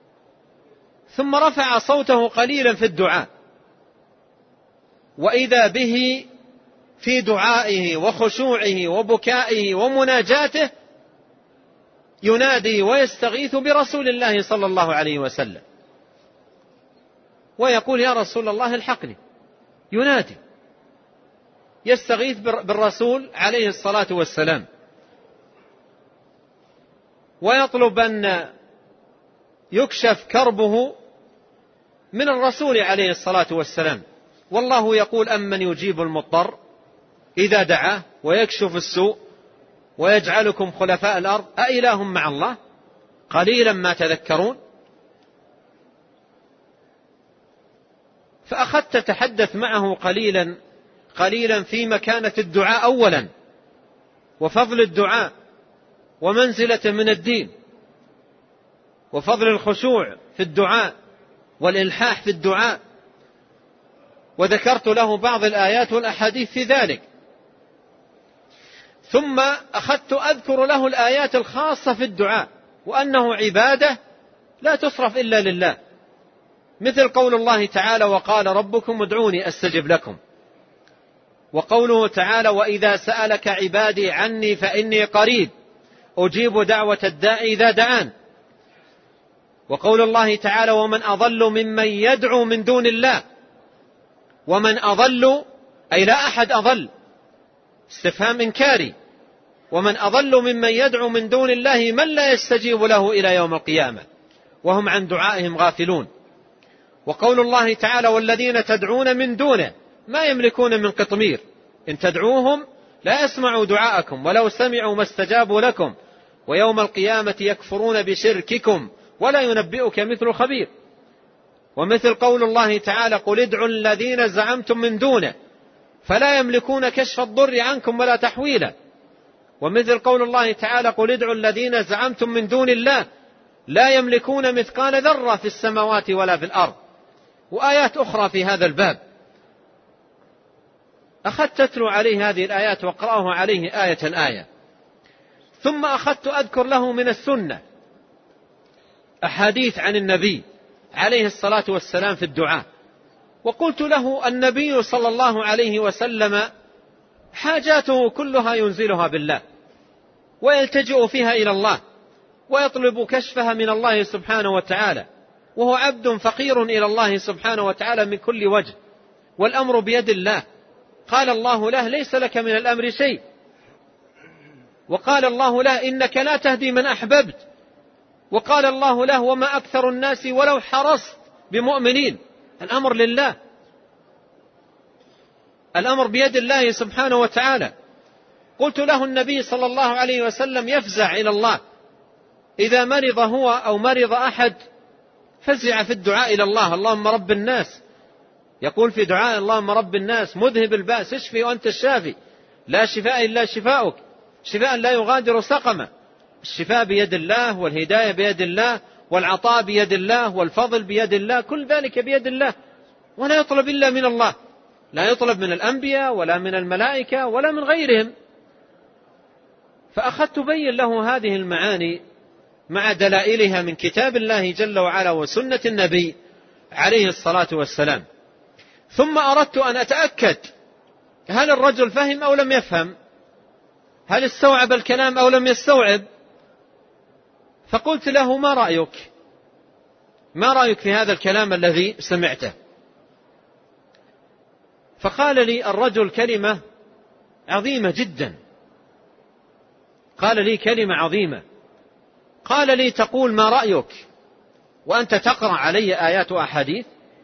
S1: ثم رفع صوته قليلا في الدعاء، وإذا به في دعائه وخشوعه وبكائه ومناجاته ينادي ويستغيث برسول الله صلى الله عليه وسلم، ويقول يا رسول الله الحقني، ينادي يستغيث بالرسول عليه الصلاة والسلام، ويطلب أن يكشف كربه من الرسول عليه الصلاة والسلام. والله يقول أمن يجيب المضطر إذا دعاه ويكشف السوء ويجعلكم خلفاء الأرض أإله مع الله قليلا ما تذكرون. فأخذت تتحدث معه قليلا قليلا في مكانة الدعاء أولا، وفضل الدعاء ومنزلته من الدين، وفضل الخشوع في الدعاء والإلحاح في الدعاء، وذكرت له بعض الآيات والأحاديث في ذلك. ثم أخذت أذكر له الآيات الخاصة في الدعاء، وأنه عبادة لا تصرف إلا لله، مثل قول الله تعالى وقال ربكم ادعوني أستجب لكم، وقوله تعالى وإذا سألك عبادي عني فإني قريب أجيب دعوة الداعي إذا دعان، وقول الله تعالى ومن أضل ممن يدعو من دون الله، ومن أضل أي لا أحد أضل، استفهام إنكاري، ومن أضل ممن يدعو من دون الله من لا يستجيب له إلى يوم القيامة وهم عن دعائهم غافلون. وقول الله تعالى والذين تدعون من دونه ما يملكون من قطمير إن تدعوهم لا يسمعوا دعاءكم ولو سمعوا ما استجابوا لكم ويوم القيامة يكفرون بشرككم ولا ينبئك مثل خبير. ومثل قول الله تعالى قل ادعوا الذين زعمتم من دونه فلا يملكون كشف الضر عنكم ولا تحويلا. ومثل قول الله تعالى قل ادعوا الذين زعمتم من دون الله لا يملكون مثقال ذرة في السماوات ولا في الأرض، وآيات أخرى في هذا الباب. أخذت تتلو عليه هذه الآيات واقرأه عليه آية آية. ثم أخذت أذكر له من السنة أحاديث عن النبي عليه الصلاة والسلام في الدعاء، وقلت له النبي صلى الله عليه وسلم حاجاته كلها ينزلها بالله ويلتجئ فيها إلى الله ويطلب كشفها من الله سبحانه وتعالى، وهو عبد فقير إلى الله سبحانه وتعالى من كل وجه، والأمر بيد الله. قال الله له ليس لك من الأمر شيء، وقال الله له إنك لا تهدي من أحببت، وقال الله له وما أكثر الناس ولو حرصت بمؤمنين. الأمر لله، الأمر بيد الله سبحانه وتعالى. قلت له النبي صلى الله عليه وسلم يفزع إلى الله إذا مرض هو أو مرض أحد، فزع في الدعاء إلى الله اللهم رب الناس، يقول في دعاء اللهم رب الناس مذهب البأس اشفي وأنت الشافي لا شفاء إلا شفاؤك شفاء لا يغادر سقما. الشفاء بيد الله، والهداية بيد الله، والعطاء بيد الله، والفضل بيد الله، كل ذلك بيد الله، ولا يطلب إلا من الله، لا يطلب من الأنبياء ولا من الملائكة ولا من غيرهم. فأخذت بين له هذه المعاني مع دلائلها من كتاب الله جل وعلا وسنة النبي عليه الصلاة والسلام. ثم أردت أن أتأكد هل الرجل فهم أو لم يفهم، هل استوعب الكلام أو لم يستوعب. فقلت له ما رأيك ما رأيك في هذا الكلام الذي سمعته؟ فقال لي الرجل كلمة عظيمة جدا، قال لي كلمة عظيمة، قال لي تقول ما رأيك وأنت تقرأ علي آيات وأحاديث؟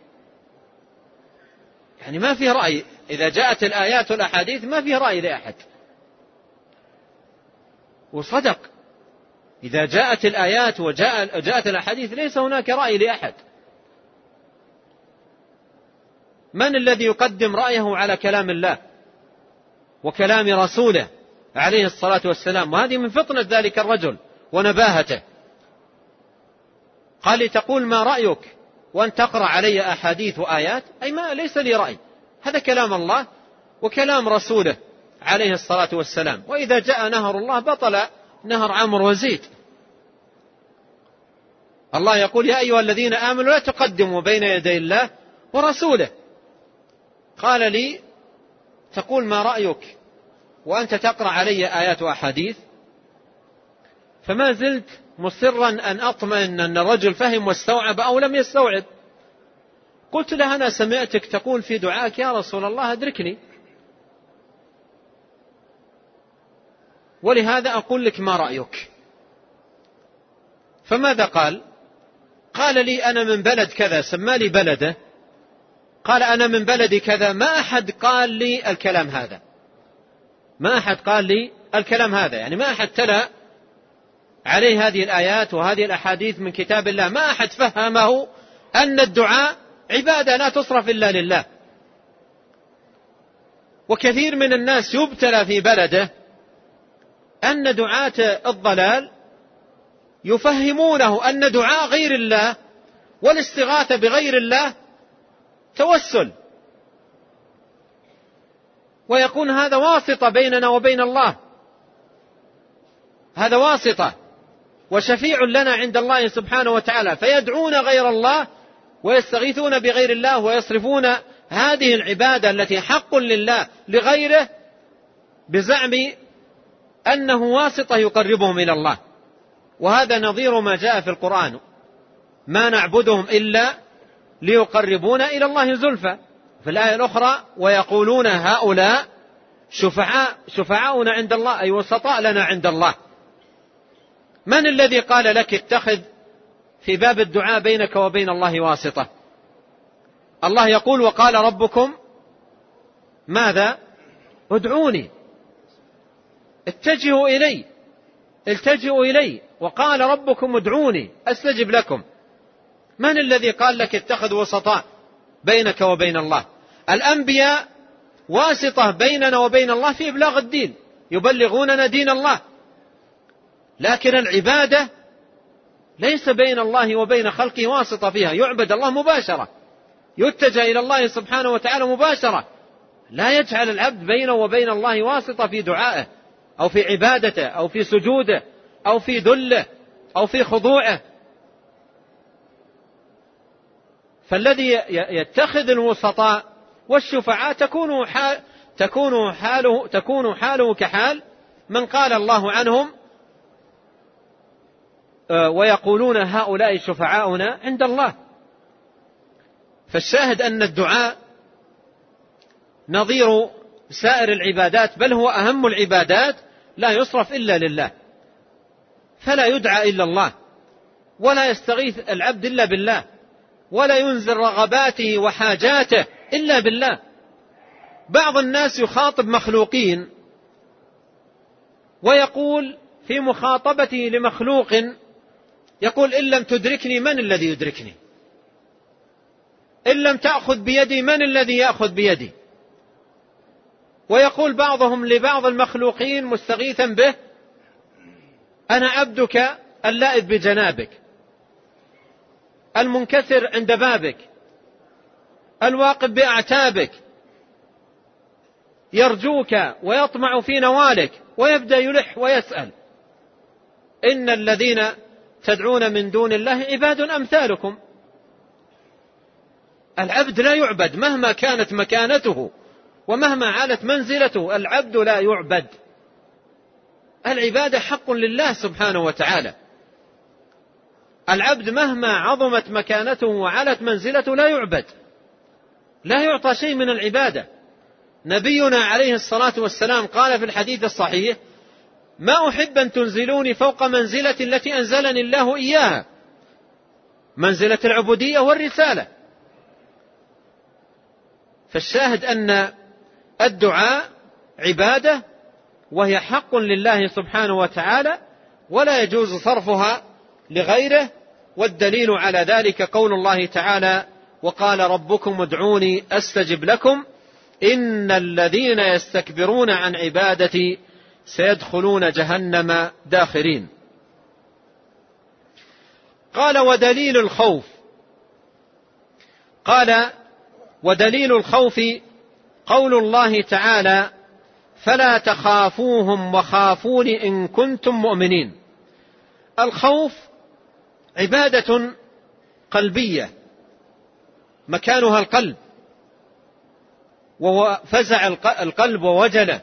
S1: يعني ما في رأي، إذا جاءت الآيات والأحاديث ما في رأي لأحد. وصدق، إذا جاءت الآيات وجاءت الأحاديث ليس هناك رأي لأحد. من الذي يقدم رأيه على كلام الله وكلام رسوله عليه الصلاة والسلام؟ وهذه من فطنة ذلك الرجل ونباهته. قال لي تقول ما رأيك وأن تقرأ علي أحاديث وآيات؟ أي ما ليس لي رأي، هذا كلام الله وكلام رسوله عليه الصلاة والسلام، وإذا جاء نهر الله بطل نهر عمرو وزيد. الله يقول يا أيها الذين آمنوا لا تقدموا بين يدي الله ورسوله. قال لي تقول ما رأيك وأنت تقرأ علي آيات وأحاديث؟ فما زلت مصرا أن أطمئن أن الرجل فهم واستوعب أو لم يستوعب. قلت له أنا سمعتك تقول في دعائك يا رسول الله أدركني، ولهذا أقول لك ما رأيك. فماذا قال؟ قال لي أنا من بلد كذا، سمالي بلده، قال أنا من بلد كذا، ما أحد قال لي الكلام هذا، ما أحد قال لي الكلام هذا، يعني ما أحد تلا عليه هذه الآيات وهذه الأحاديث من كتاب الله، ما أحد فهمه أن الدعاء عبادة لا تصرف إلا لله. وكثير من الناس يبتلى في بلده أن دعاة الضلال يفهمونه أن دعاء غير الله والاستغاثة بغير الله توسل، ويكون هذا واسطة بيننا وبين الله، هذا واسطة وشفيع لنا عند الله سبحانه وتعالى، فيدعون غير الله ويستغيثون بغير الله ويصرفون هذه العبادة التي حق لله لغيره بزعم أنه واسطة يقربهم إلى الله. وهذا نظير ما جاء في القرآن: ما نعبدهم إلا ليقربونا إلى الله زلفى. في الآية الأخرى: ويقولون هؤلاء شفعاء شفعاؤنا عند الله، أي وسطاء لنا عند الله. من الذي قال لك اتخذ في باب الدعاء بينك وبين الله واسطة؟ الله يقول: وقال ربكم ماذا؟ ادعوني، اتجهوا إلي، التجئوا إلي، وقال ربكم ادعوني أستجب لكم. من الذي قال لك اتخذ وسطاء بينك وبين الله؟ الأنبياء واسطة بيننا وبين الله في إبلاغ الدين، يبلغوننا دين الله، لكن العبادة ليس بين الله وبين خلقه واسطة فيها، يعبد الله مباشرة، يتجه إلى الله سبحانه وتعالى مباشرة، لا يجعل العبد بينه وبين الله واسطة في دعائه أو في عبادته أو في سجوده أو في ذله أو في خضوعه. فالذي يتخذ الوسطاء والشفعاء تكون حال تكون حاله تكون حاله كحال من قال الله عنهم: ويقولون هؤلاء شفعاؤنا عند الله. فالشاهد أن الدعاء نظير سائر العبادات، بل هو أهم العبادات، لا يصرف إلا لله، فلا يدعى إلا الله، ولا يستغيث العبد إلا بالله، ولا ينزل رغباته وحاجاته إلا بالله. بعض الناس يخاطب مخلوقين ويقول في مخاطبته لمخلوق، يقول: إن لم تدركني من الذي يدركني؟ إن لم تأخذ بيدي من الذي يأخذ بيدي؟ ويقول بعضهم لبعض المخلوقين مستغيثا به: أنا عبدك اللائذ بجنابك، المنكسر عند بابك، الواقف بأعتابك، يرجوك ويطمع في نوالك، ويبدأ يلح ويسأل. إن الذين تدعون من دون الله عباد أمثالكم. العبد لا يعبد مهما كانت مكانته ومهما علت منزلته، العبد لا يعبد. العبادة حق لله سبحانه وتعالى. العبد مهما عظمت مكانته وعلت منزلته لا يعبد، لا يعطى شيء من العبادة. نبينا عليه الصلاة والسلام قال في الحديث الصحيح: ما أحب أن تنزلوني فوق منزلة التي أنزلني الله إياها، منزلة العبودية والرسالة. فالشاهد أن الدعاء عبادة، وهي حق لله سبحانه وتعالى، ولا يجوز صرفها لغيره. والدليل على ذلك قول الله تعالى: وقال ربكم ادعوني أستجب لكم إن الذين يستكبرون عن عبادتي سيدخلون جهنم داخرين. قال: ودليل الخوف، قال: ودليل الخوف قول الله تعالى: فلا تخافوهم وخافون إن كنتم مؤمنين. الخوف عبادة قلبية مكانها القلب، وهو فزع القلب ووجله،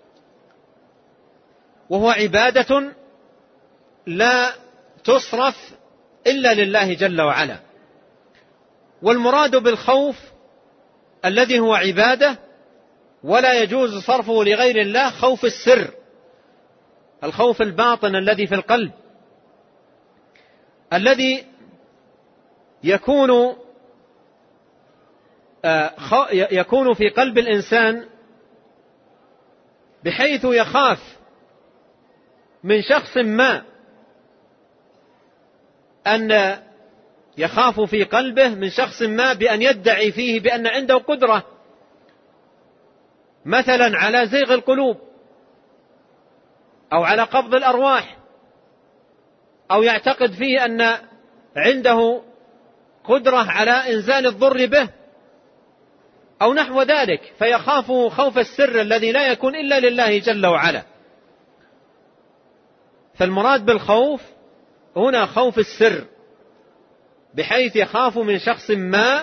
S1: وهو عبادة لا تصرف إلا لله جل وعلا. والمراد بالخوف الذي هو عبادة ولا يجوز صرفه لغير الله خوف السر، الخوف الباطن الذي في القلب، الذي يكون يكون في قلب الإنسان بحيث يخاف من شخص ما، أن يخاف في قلبه من شخص ما بأن يدعي فيه بأن عنده قدرة مثلا على زيغ القلوب أو على قبض الأرواح، أو يعتقد فيه أن عنده قدرة على إنزال الضر به أو نحو ذلك، فيخاف خوف السر الذي لا يكون إلا لله جل وعلا. فالمراد بالخوف هنا خوف السر، بحيث يخاف من شخص ما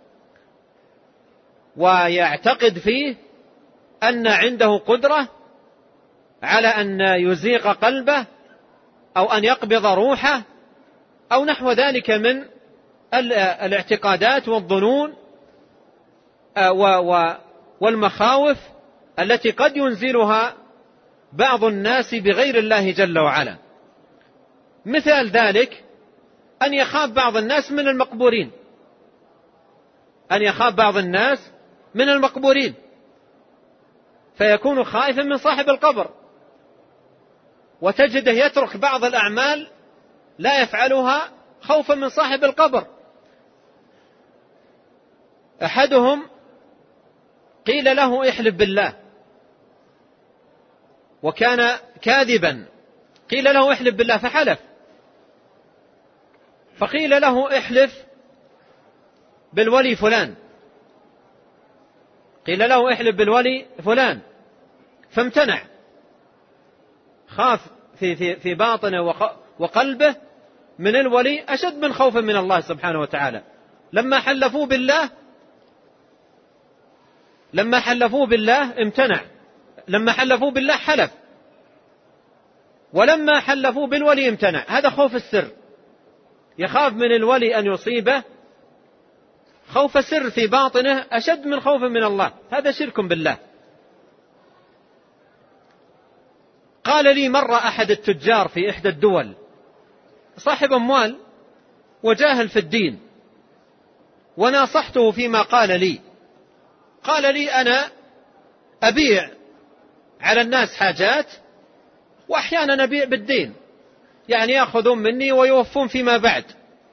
S1: ويعتقد فيه أن عنده قدرة على أن يزيغ قلبه أو أن يقبض روحه أو نحو ذلك من الاعتقادات والظنون والمخاوف التي قد ينزلها بعض الناس بغير الله جل وعلا. مثال ذلك أن يخاف بعض الناس من المقبورين، أن يخاف بعض الناس من المقبورين فيكون خائفا من صاحب القبر، وتجده يترك بعض الأعمال لا يفعلها خوفا من صاحب القبر. أحدهم قيل له احلف بالله وكان كاذبا، قيل له احلف بالله فحلف، فقيل له احلف بالولي فلان، قيل له احلف بالولي فلان فامتنع، خاف في, في, في باطنه وقلبه من الولي أشد من خوفه من الله سبحانه وتعالى. لما حلفوا بالله لما حلفوا بالله امتنع، لما حلفوا بالله حلف، ولما حلفوا بالولي امتنع. هذا خوف السر، يخاف من الولي أن يصيبه خوف سر في باطنه أشد من خوف من الله، هذا شرك بالله. قال لي مرة أحد التجار في إحدى الدول، صاحب أموال وجاهل في الدين، وناصحته فيما قال لي، قال لي أنا أبيع على الناس حاجات وأحيانا أبيع بالدين، يعني يأخذون مني ويوفون فيما بعد.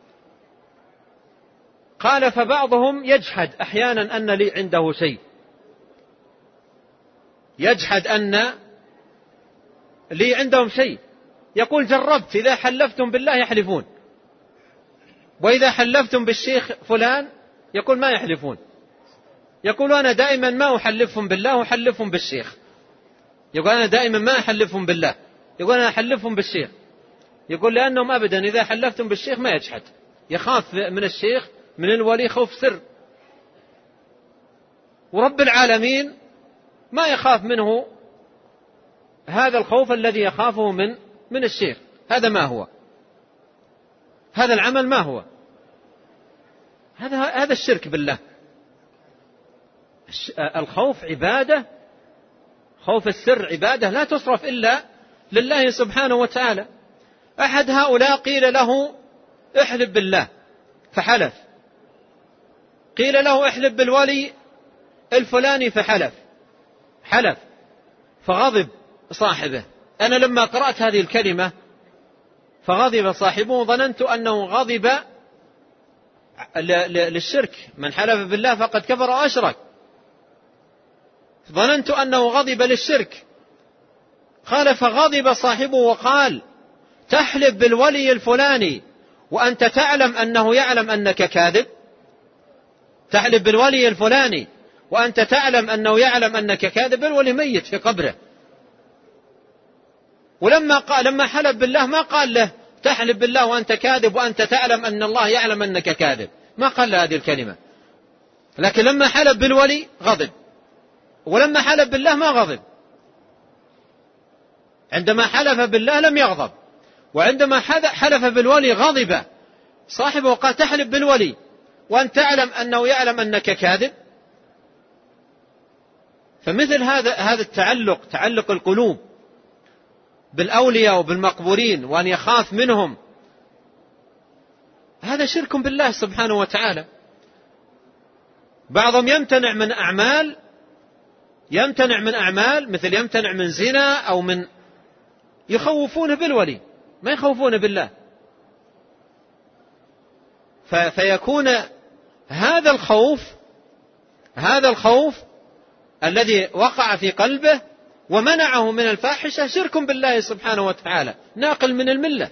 S1: قال فبعضهم يجحد أحيانا أن لي عنده شيء، يجحد أن لي عندهم شيء، يقول جربت إذا حلفتم بالله يحلفون، وإذا حلفتم بالشيخ فلان يقول ما يحلفون، يقول أنا دائما ما أحلفهم بالله أحلفهم بالشيخ، يقول أنا دائما ما أحلفهم بالله، يقول أنا أحلفهم بالشيخ، يقول لأنهم أبدا إذا حلفتم بالشيخ ما يجحد، يخاف من الشيخ من الولي خوف سر، ورب العالمين ما يخاف منه هذا الخوف الذي يخافه من من الشيخ. هذا ما هو؟ هذا العمل ما هو؟ هذا هذا الشرك بالله. الخوف عبادة، خوف السر عبادة لا تصرف إلا لله سبحانه وتعالى. أحد هؤلاء قيل له احلف بالله فحلف، قيل له احلف بالولي الفلاني فحلف، حلف فغضب صاحبه. أنا لما قرأت هذه الكلمة فغضب صاحبه ظننت أنه غضب للشرك، من حلف بالله فقد كفر وأشرك، ظننت أنه غضب للشرك. قال فغضب صاحبه وقال تحلف بالولي الفلاني وأنت تعلم أنه يعلم أنك كاذب، تحلف بالولي الفلاني وأنت تعلم أنه يعلم أنك كاذب، الولي ميت في قبره. ولما قال لما حلف بالله ما قال له تحلف بالله وأنت كاذب وأنت تعلم أن الله يعلم أنك كاذب، ما قال هذه الكلمة. لكن لما حلف بالولي غضب، ولما حلف بالله ما غضب. عندما حلف بالله لم يغضب، وعندما حلف بالولي غضب صاحبه وقال تحلف بالولي وأن تعلم أنه يعلم أنك كاذب. فمثل هذا هذا التعلق، تعلق القلوب بالأولياء وبالمقبورين وأن يخاف منهم، هذا شرك بالله سبحانه وتعالى. بعضهم يمتنع من أعمال يمتنع من أعمال مثل يمتنع من زنا أو من يخوفون بالولي، ما يخوفون بالله. فيكون هذا الخوف هذا الخوف الذي وقع في قلبه ومنعه من الفاحشة شرك بالله سبحانه وتعالى، ناقل من الملة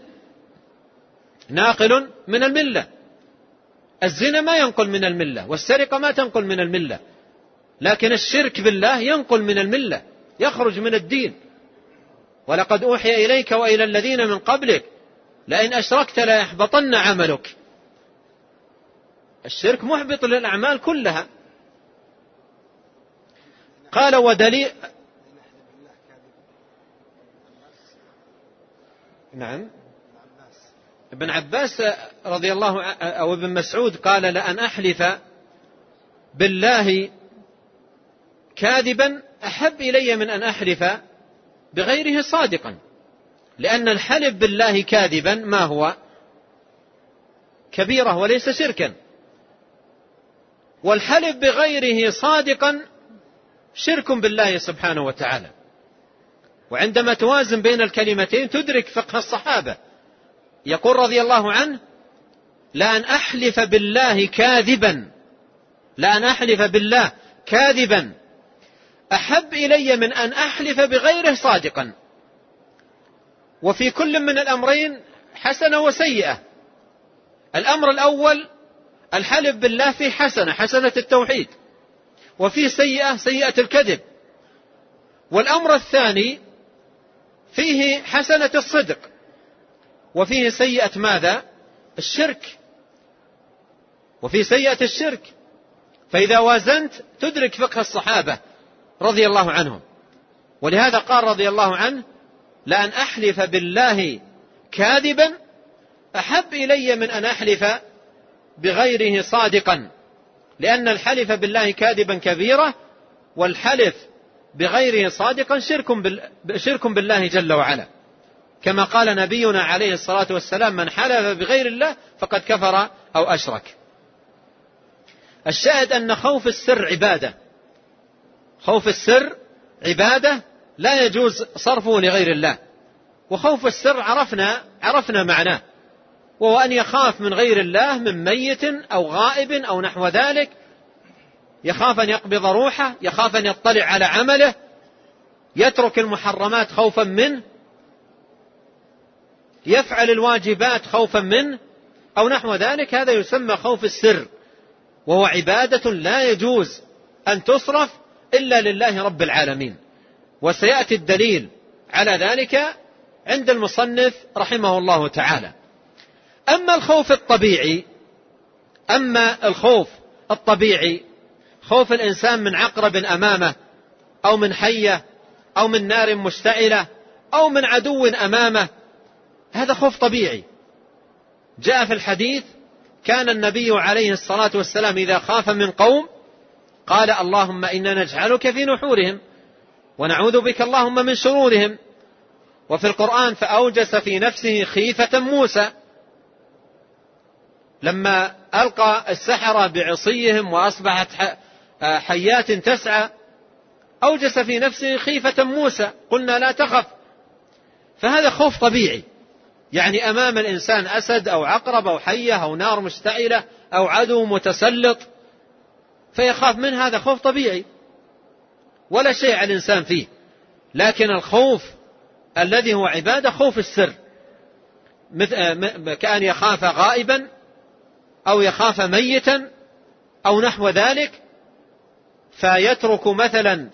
S1: ناقل من الملة. الزنا ما ينقل من الملة، والسرقة ما تنقل من الملة، لكن الشرك بالله ينقل من الملة، يخرج من الدين. ولقد أوحي إليك وإلى الذين من قبلك لئن أشركت لا يحبطن عملك. الشرك محبط للأعمال كلها. قال ودليل نعم ابن عباس رضي الله عنه أو ابن مسعود قال لأن أحلف بالله كاذبا أحب إلي من أن أحلف بغيره صادقا، لأن الحلف بالله كاذبا ما هو؟ كبيرة وليس شركا، والحلف بغيره صادقا شرك بالله سبحانه وتعالى. وعندما توازن بين الكلمتين تدرك فقه الصحابة. يقول رضي الله عنه لأن أحلف بالله كاذبا لأن أحلف بالله كاذبا أحب إلي من أن أحلف بغيره صادقا. وفي كل من الأمرين حسنة وسيئة. الأمر الأول الحلف بالله فيه حسنة، حسنة التوحيد، وفيه سيئة، سيئة الكذب. والأمر الثاني فيه حسنة الصدق، وفيه سيئة ماذا؟ الشرك، وفيه سيئة الشرك. فإذا وازنت تدرك فقه الصحابة رضي الله عنهم. ولهذا قال رضي الله عنه لأن أحلف بالله كاذبا أحب إلي من أن أحلف بغيره صادقا، لأن الحلف بالله كاذبا كبيرة، والحلف بغيره صادقا شرك, بال... شرك بالله جل وعلا، كما قال نبينا عليه الصلاة والسلام من حلف بغير الله فقد كفر أو أشرك. الشاهد أن خوف السر عبادة، خوف السر عبادة لا يجوز صرفه لغير الله. وخوف السر عرفنا عرفنا معناه، وهو أن يخاف من غير الله من ميت أو غائب أو نحو ذلك، يخاف أن يقبض روحه، يخاف أن يطلع على عمله، يترك المحرمات خوفا منه، يفعل الواجبات خوفا منه أو نحو ذلك. هذا يسمى خوف السر، وهو عبادة لا يجوز أن تصرف إلا لله رب العالمين. وسيأتي الدليل على ذلك عند المصنف رحمه الله تعالى. أما الخوف الطبيعي أما الخوف الطبيعي خوف الإنسان من عقرب أمامه أو من حية أو من نار مشتعلة أو من عدو أمامه، هذا خوف طبيعي. جاء في الحديث كان النبي عليه الصلاة والسلام إذا خاف من قوم قال اللهم إنا نجعلك في نحورهم ونعوذ بك اللهم من شرورهم. وفي القرآن فأوجس في نفسه خيفة موسى لما ألقى السحرة بعصيهم وأصبحت حيات تسعى، أوجس في نفسه خيفة موسى، قلنا لا تخف. فهذا خوف طبيعي، يعني أمام الإنسان أسد أو عقرب أو حية أو نار مشتعلة أو عدو متسلط فيخاف منه، هذا خوف طبيعي ولا شيء على الإنسان فيه. لكن الخوف الذي هو عبادة خوف السر، كأن يخاف غائبا أو يخاف ميتا أو نحو ذلك، فيترك مثلا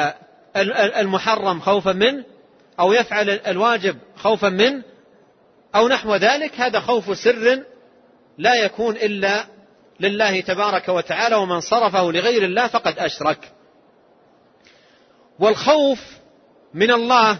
S1: المحرم خوفا منه أو يفعل الواجب خوفا منه أو نحو ذلك، هذا خوف سر لا يكون إلا لله تبارك وتعالى، ومن صرفه لغير الله فقد أشرك. والخوف من الله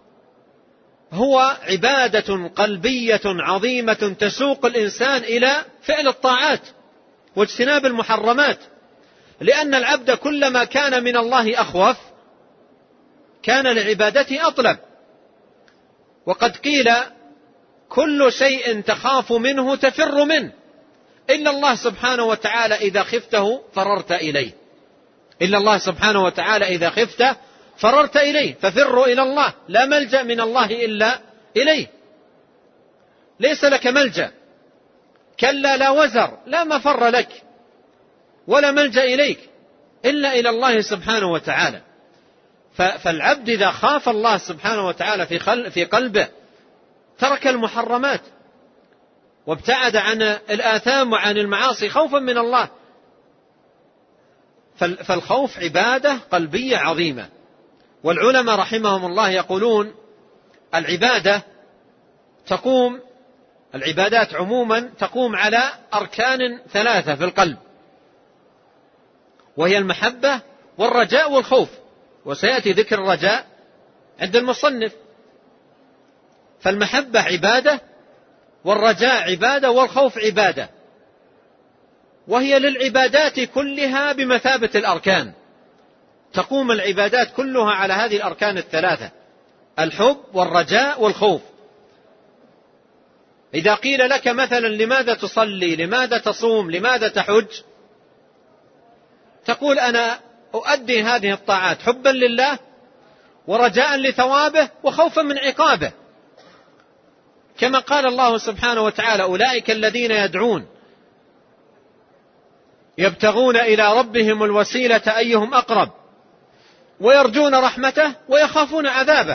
S1: هو عبادة قلبية عظيمة تسوق الإنسان إلى فعل الطاعات واجتناب المحرمات، لأن العبد كلما كان من الله أخوف كان لعبادته أطلب. وقد قيل كل شيء تخاف منه تفر منه إلا الله سبحانه وتعالى إذا خفته فررت إليه، إلا الله سبحانه وتعالى إذا خفته فررت إليه، ففروا إلى الله، لا ملجأ من الله إلا إليه، ليس لك ملجأ، كلا لا وزر، لا مفر لك ولا ملجأ إليك إلا إلى الله سبحانه وتعالى. فالعبد إذا خاف الله سبحانه وتعالى في قلبه ترك المحرمات وابتعد عن الآثام وعن المعاصي خوفا من الله. فالخوف عبادة قلبية عظيمة. والعلماء رحمهم الله يقولون العبادة تقوم العبادات عموما تقوم على أركان ثلاثة في القلب، وهي المحبة والرجاء والخوف، وسيأتي ذكر الرجاء عند المصنف. فالمحبة عبادة، والرجاء عبادة، والخوف عبادة، وهي للعبادات كلها بمثابة الأركان. تقوم العبادات كلها على هذه الأركان الثلاثة: الحب والرجاء والخوف. إذا قيل لك مثلا لماذا تصلي، لماذا تصوم، لماذا تحج، تقول أنا أؤدي هذه الطاعات حبا لله ورجاء لثوابه وخوفا من عقابه، كما قال الله سبحانه وتعالى: أولئك الذين يدعون يبتغون إلى ربهم الوسيلة أيهم أقرب ويرجون رحمته ويخافون عذابه.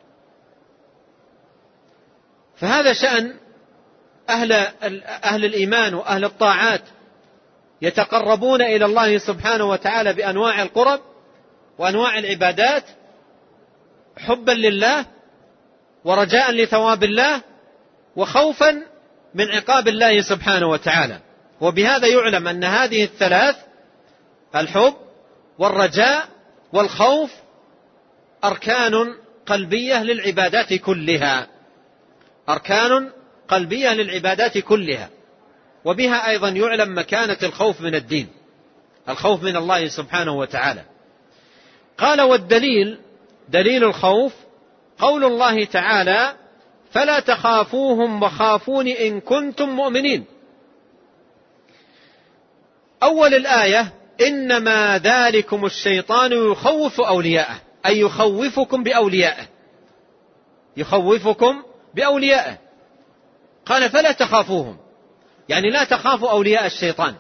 S1: فهذا شأن أهل, أهل الإيمان وأهل الطاعات، يتقربون إلى الله سبحانه وتعالى بأنواع القرب وأنواع العبادات حبا لله ورجاء لثواب الله وخوفا من عقاب الله سبحانه وتعالى. وبهذا يعلم أن هذه الثلاث، الحب والرجاء والخوف، أركان قلبية للعبادات كلها، أركان قلبية للعبادات كلها. وبها أيضا يعلم مكانة الخوف من الدين، الخوف من الله سبحانه وتعالى. قال: والدليل، دليل الخوف قول الله تعالى: فلا تخافوهم وخافون إن كنتم مؤمنين. أول الآية: إنما ذلكم الشيطان يخوف أولياءه، أي يخوفكم بأوليائه، يخوفكم بأوليائه. قال: فلا تخافوهم، يعني لا تخافوا أولياء الشيطان.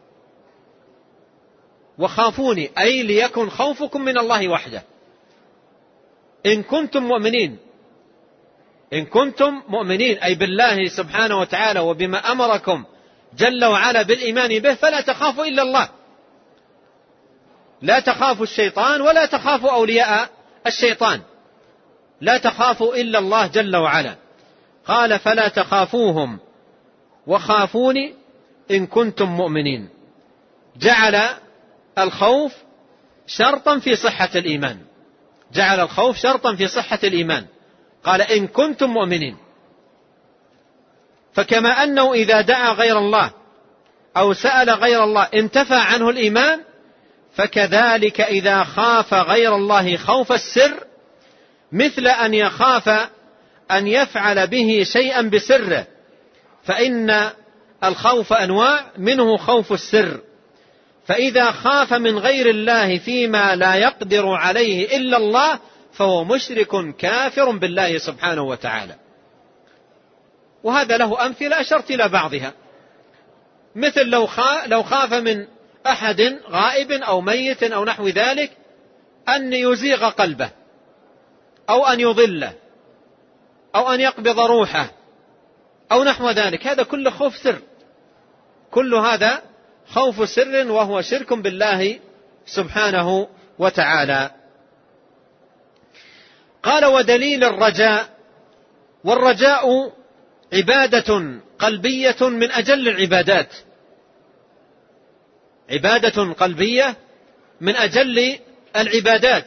S1: وخافوني، أي ليكن خوفكم من الله وحده إن كنتم مؤمنين. إن كنتم مؤمنين أي بالله سبحانه وتعالى وبما أمركم جل وعلا بالإيمان به، فلا تخافوا إلا الله، لا تخافوا الشيطان ولا تخافوا أولياء الشيطان، لا تخافوا إلا الله جل وعلا. قال: فلا تخافوهم وخافوني إن كنتم مؤمنين. جعل الخوف شرطا في صحة الإيمان، جعل الخوف شرطا في صحة الإيمان. قال: إن كنتم مؤمنين. فكما أنه إذا دعا غير الله أو سأل غير الله انتفى عنه الإيمان، فكذلك إذا خاف غير الله خوف السر، مثل أن يخاف أن يفعل به شيئا بسره، فإن الخوف أنواع، منه خوف السر. فإذا خاف من غير الله فيما لا يقدر عليه إلا الله فهو مشرك كافر بالله سبحانه وتعالى. وهذا له أمثلة أشرت إلى بعضها، مثل لو لو خاف من أحد غائب أو ميت أو نحو ذلك أن يزيغ قلبه أو أن يضله أو أن يقبض روحه أو نحو ذلك، هذا كله خوف سر، كل هذا خوف سر وهو شرك بالله سبحانه وتعالى. قال: ودليل الرجاء، والرجاء عبادة قلبية من أجل العبادات، عبادة قلبية من أجل العبادات.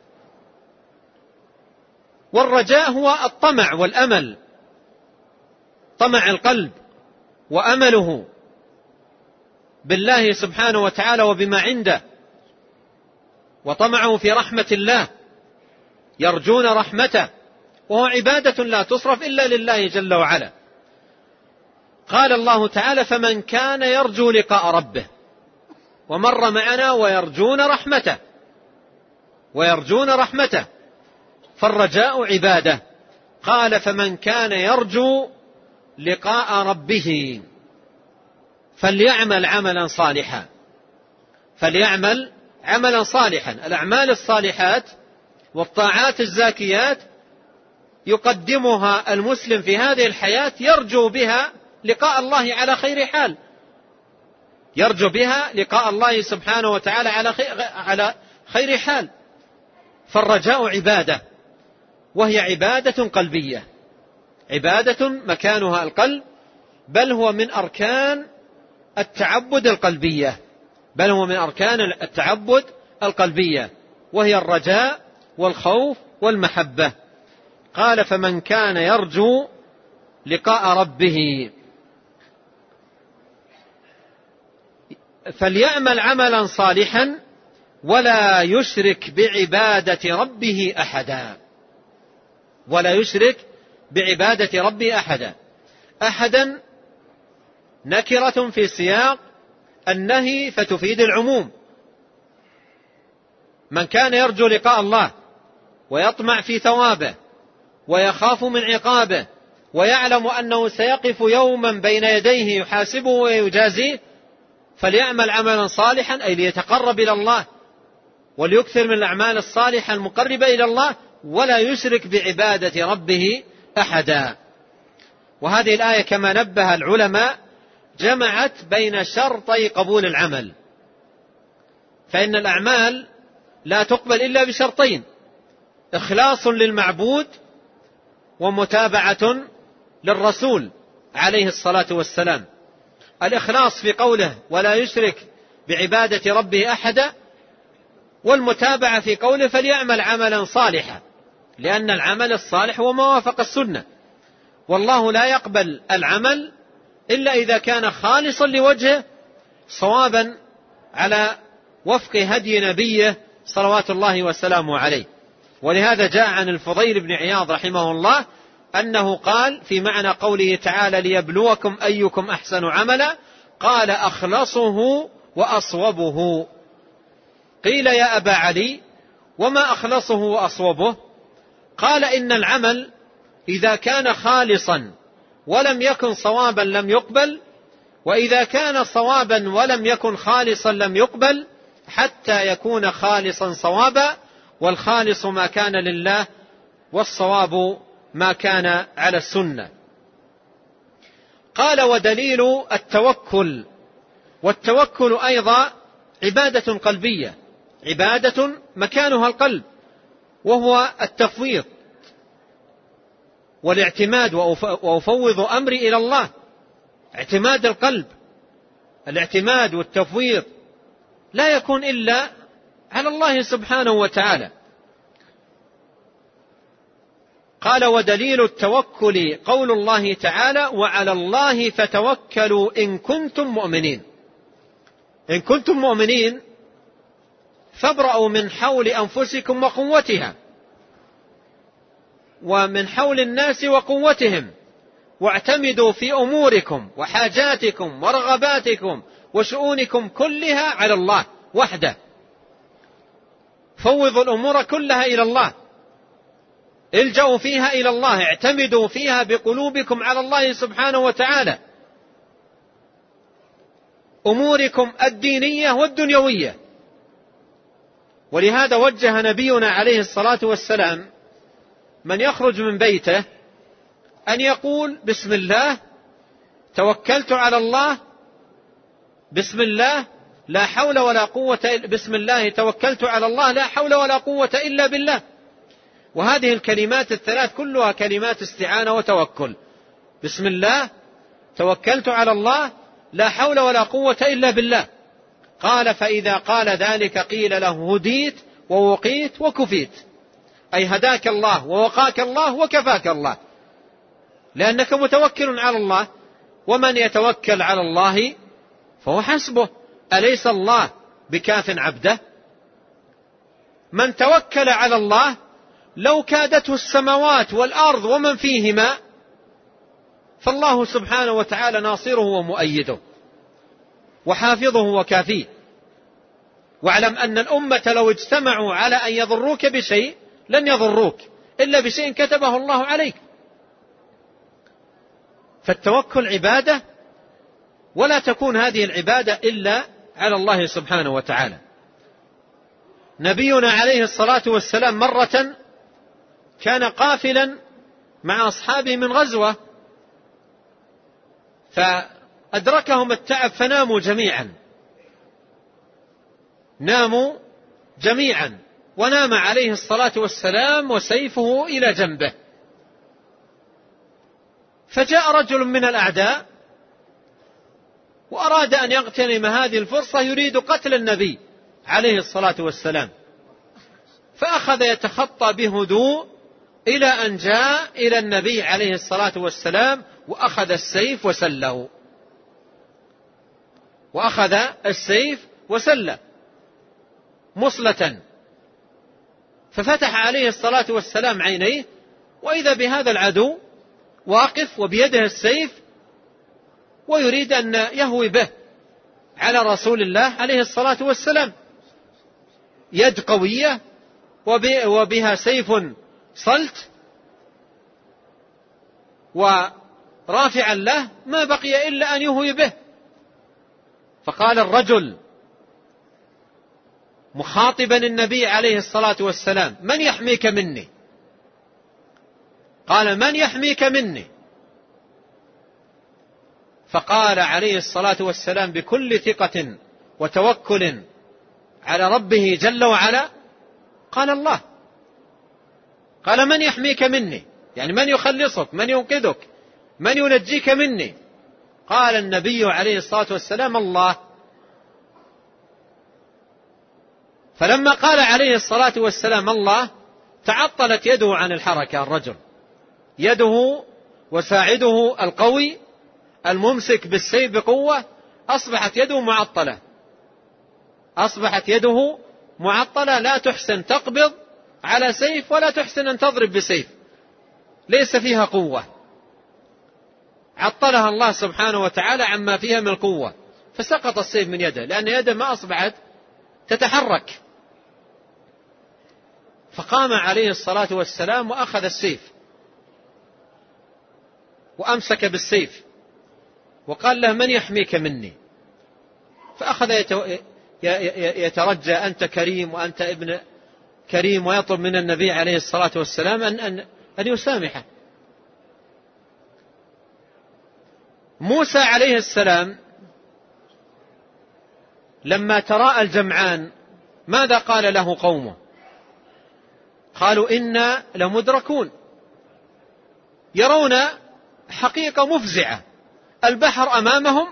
S1: والرجاء هو الطمع والأمل، طمع القلب وأمله بالله سبحانه وتعالى وبما عنده، وطمعه في رحمة الله، يرجون رحمته، وهو عبادة لا تصرف إلا لله جل وعلا. قال الله تعالى: فمن كان يرجو لقاء ربه، ومر معنا ويرجون رحمته، ويرجون رحمته، فالرجاء عبادة. قال: فمن كان يرجو لقاء ربه فليعمل عملا صالحا، فليعمل عملا صالحا. الأعمال الصالحات والطاعات الزاكيات يقدمها المسلم في هذه الحياة، يرجو بها لقاء الله على خير حال، يرجو بها لقاء الله سبحانه وتعالى على خير حال. فالرجاء عبادة، وهي عبادة قلبية، عبادة مكانها القلب، بل هو من أركان التعبد القلبية، بل هو من أركان التعبد القلبية، وهي الرجاء والخوف والمحبة. قال: فمن كان يرجو لقاء ربه فليعمل عملا صالحا ولا يشرك بعبادة ربه أحدا، ولا يشرك بعبادة ربه أحدا. أحدا نكرة في سياق النهي فتفيد العموم. من كان يرجو لقاء الله ويطمع في ثوابه ويخاف من عقابه ويعلم أنه سيقف يوما بين يديه يحاسبه ويجازيه فليعمل عملا صالحا، أي ليتقرب إلى الله وليكثر من الأعمال الصالحة المقربة إلى الله، ولا يشرك بعبادة ربه أحدا. وهذه الآية كما نبه العلماء جمعت بين شرطي قبول العمل، فإن الأعمال لا تقبل إلا بشرطين: إخلاص للمعبود ومتابعة للرسول عليه الصلاة والسلام. الإخلاص في قوله ولا يشرك بعبادة ربه أحدا، والمتابعة في قوله فليعمل عملا صالحا، لأن العمل الصالح هو ما وافق السنة، والله لا يقبل العمل إلا إذا كان خالصا لوجهه صوابا على وفق هدي نبيه صلوات الله وسلامه عليه. ولهذا جاء عن الفضيل بن عياض رحمه الله أنه قال في معنى قوله تعالى: ليبلوكم أيكم أحسن عملا، قال: أخلصه وأصوبه. قيل: يا أبا علي وما أخلصه وأصوبه؟ قال: إن العمل إذا كان خالصا ولم يكن صوابا لم يقبل، وإذا كان صوابا ولم يكن خالصا لم يقبل، حتى يكون خالصا صوابا، والخالص ما كان لله والصواب ما كان على السنة. قال: ودليل التوكل، والتوكل أيضا عبادة قلبية، عبادة مكانها القلب، وهو التفويض والاعتماد، وأفوض أمري إلى الله، اعتماد القلب. الاعتماد والتفويض لا يكون إلا على الله سبحانه وتعالى. قال: ودليل التوكل قول الله تعالى: وعلى الله فتوكلوا إن كنتم مؤمنين. إن كنتم مؤمنين فابرأوا من حول أنفسكم وقوتها، ومن حول الناس وقوتهم، واعتمدوا في أموركم وحاجاتكم ورغباتكم وشؤونكم كلها على الله وحده. فوضوا الأمور كلها إلى الله، الجأوا فيها إلى الله، اعتمدوا فيها بقلوبكم على الله سبحانه وتعالى، أموركم الدينية والدنيوية. ولهذا وجه نبينا عليه الصلاة والسلام من يخرج من بيته أن يقول: بسم الله توكلت على الله، بسم الله لا حول ولا قوة، بسم الله توكلت على الله لا حول ولا قوة إلا بالله. وهذه الكلمات الثلاث كلها كلمات استعانة وتوكل، بسم الله توكلت على الله لا حول ولا قوة إلا بالله. قال فإذا قال ذلك قيل له هديت ووقيت وكفيت، أي هداك الله ووقاك الله وكفاك الله، لأنك متوكل على الله، ومن يتوكل على الله فهو حسبه، أليس الله بكاف عبده؟ من توكل على الله لو كادته السماوات والأرض ومن فيهما فالله سبحانه وتعالى ناصره ومؤيده وحافظه وكافيه. واعلم أن الأمة لو اجتمعوا على أن يضروك بشيء لن يضروك إلا بشيء كتبه الله عليك. فالتوكل عبادة، ولا تكون هذه العبادة إلا على الله سبحانه وتعالى. نبينا عليه الصلاة والسلام مرة كان قافلا مع أصحابه من غزوة، فأدركهم التعب فناموا جميعا، ناموا جميعا ونام عليه الصلاة والسلام وسيفه إلى جنبه. فجاء رجل من الأعداء وأراد أن يغتنم هذه الفرصة، يريد قتل النبي عليه الصلاة والسلام، فأخذ يتخطى بهدوء إلى أن جاء إلى النبي عليه الصلاة والسلام وأخذ السيف وسله، وأخذ السيف وسله مصلة، ففتح عليه الصلاة والسلام عينيه وإذا بهذا العدو واقف وبيده السيف ويريد أن يهوي به على رسول الله عليه الصلاة والسلام، يد قوية وبها سيف صلت ورافعا له، ما بقي إلا أن يهوي به. فقال الرجل مخاطبا النبي عليه الصلاة والسلام: من يحميك مني؟ قال: من يحميك مني؟ فقال عليه الصلاة والسلام بكل ثقة وتوكل على ربه جل وعلا: قال الله. قال: من يحميك مني؟ يعني من يخلصك، من ينقذك، من ينجيك مني؟ قال النبي عليه الصلاة والسلام: الله. فلما قال عليه الصلاة والسلام الله تعطلت يده عن الحركة، الرجل يده وساعده القوي الممسك بالسيف بقوة أصبحت يده معطلة، أصبحت يده معطلة، لا تحسن تقبض على سيف ولا تحسن أن تضرب بسيف، ليس فيها قوة، عطلها الله سبحانه وتعالى عما فيها من القوة، فسقط السيف من يده لأن يده ما أصبحت تتحرك. فقام عليه الصلاة والسلام وأخذ السيف وأمسك بالسيف وقال له: من يحميك مني؟ فأخذ يترجى: أنت كريم وأنت ابن كريم، ويطلب من النبي عليه الصلاة والسلام أن, أن, أن يسامحه. موسى عليه السلام لما تراءى الجمعان ماذا قال له قومه؟ قالوا: إنا لمدركون. يرون حقيقة مفزعة، البحر أمامهم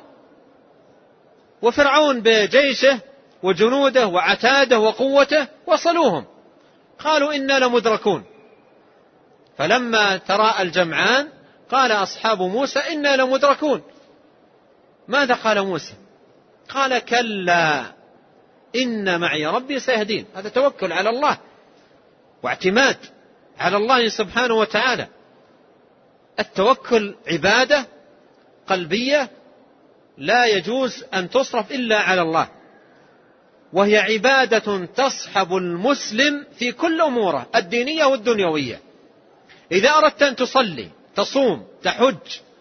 S1: وفرعون بجيشه وجنوده وعتاده وقوته وصلوهم، قالوا: إنا لمدركون. فلما تراءى الجمعان قال أصحاب موسى: إنا لمدركون. ماذا قال موسى؟ قال: كلا إن معي ربي سيهدين. هذا توكل على الله واعتماد على الله سبحانه وتعالى. التوكل عبادة قلبية لا يجوز أن تصرف إلا على الله، وهي عبادة تصحب المسلم في كل أموره الدينية والدنيوية. إذا أردت أن تصلي، تصوم، تحج،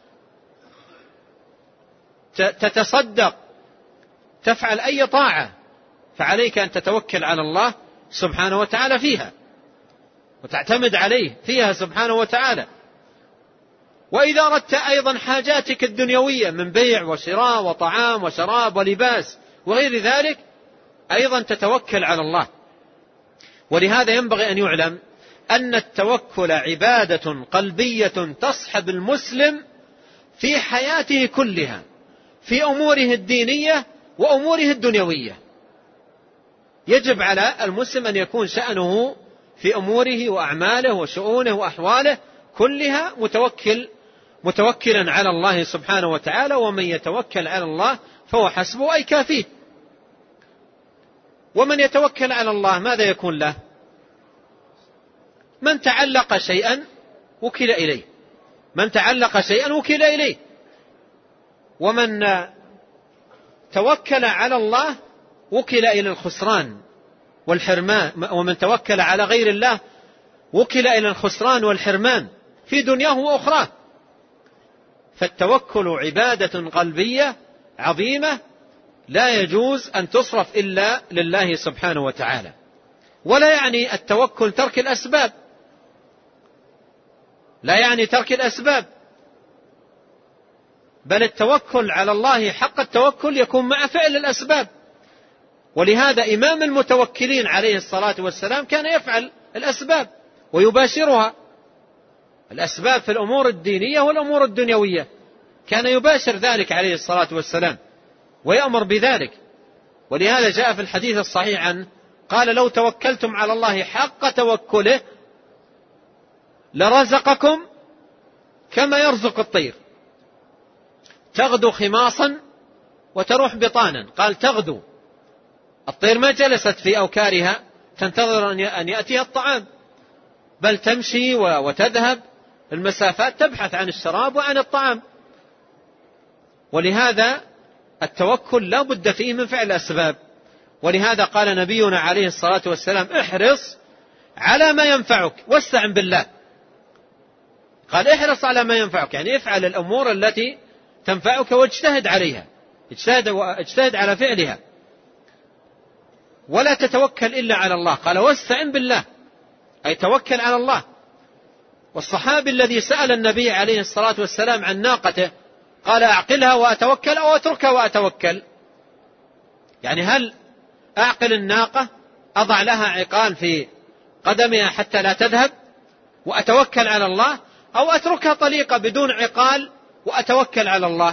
S1: تتصدق، تفعل أي طاعة، فعليك أن تتوكل على الله سبحانه وتعالى فيها وتعتمد عليه فيها سبحانه وتعالى. وإذا أردت أيضا حاجاتك الدنيوية من بيع وشراء وطعام وشراب ولباس وغير ذلك أيضا تتوكل على الله. ولهذا ينبغي أن يعلم أن التوكل عبادة قلبية تصحب المسلم في حياته كلها، في أموره الدينية وأموره الدنيوية. يجب على المسلم أن يكون شأنه في أموره وأعماله وشؤونه وأحواله كلها متوكل متوكلا على الله سبحانه وتعالى، ومن يتوكل على الله فهو حسبه أي كافيه. ومن يتوكل على الله ماذا يكون له؟ من تعلق شيئا وكل إليه، من تعلق شيئا وكل إليه. ومن توكل على الله وكل إلى الخسران والحرمان، ومن توكل على غير الله وكل إلى الخسران والحرمان في دنياه وأخراه. فالتوكل عبادة قلبية عظيمة لا يجوز أن تصرف إلا لله سبحانه وتعالى. ولا يعني التوكل ترك الأسباب، لا يعني ترك الأسباب، بل التوكل على الله حق التوكل يكون مع فعل الأسباب. ولهذا إمام المتوكلين عليه الصلاة والسلام كان يفعل الأسباب ويباشرها، الأسباب في الأمور الدينية والأمور الدنيوية، كان يباشر ذلك عليه الصلاة والسلام ويأمر بذلك. ولهذا جاء في الحديث الصحيح عنه قال: لو توكلتم على الله حق توكله لرزقكم كما يرزق الطير تغدو خماصا وتروح بطانا. قال تغدو، الطير ما جلست في أوكارها تنتظر أن يأتيها الطعام، بل تمشي وتذهب المسافات تبحث عن الشراب وعن الطعام. ولهذا التوكل لا بد فيه من فعل الأسباب. ولهذا قال نبينا عليه الصلاة والسلام: احرص على ما ينفعك واستعن بالله. قال احرص على ما ينفعك، يعني افعل الأمور التي تنفعك واجتهد عليها، اجتهد, اجتهد على فعلها، ولا تتوكل إلا على الله. قال واستعن بالله، أي توكل على الله. والصحابي الذي سأل النبي عليه الصلاة والسلام عن ناقته قال: أعقلها وأتوكل أو أتركها وأتوكل؟ يعني هل أعقل الناقة أضع لها عقال في قدمها حتى لا تذهب وأتوكل على الله، أو أتركها طليقة بدون عقال وأتوكل على الله؟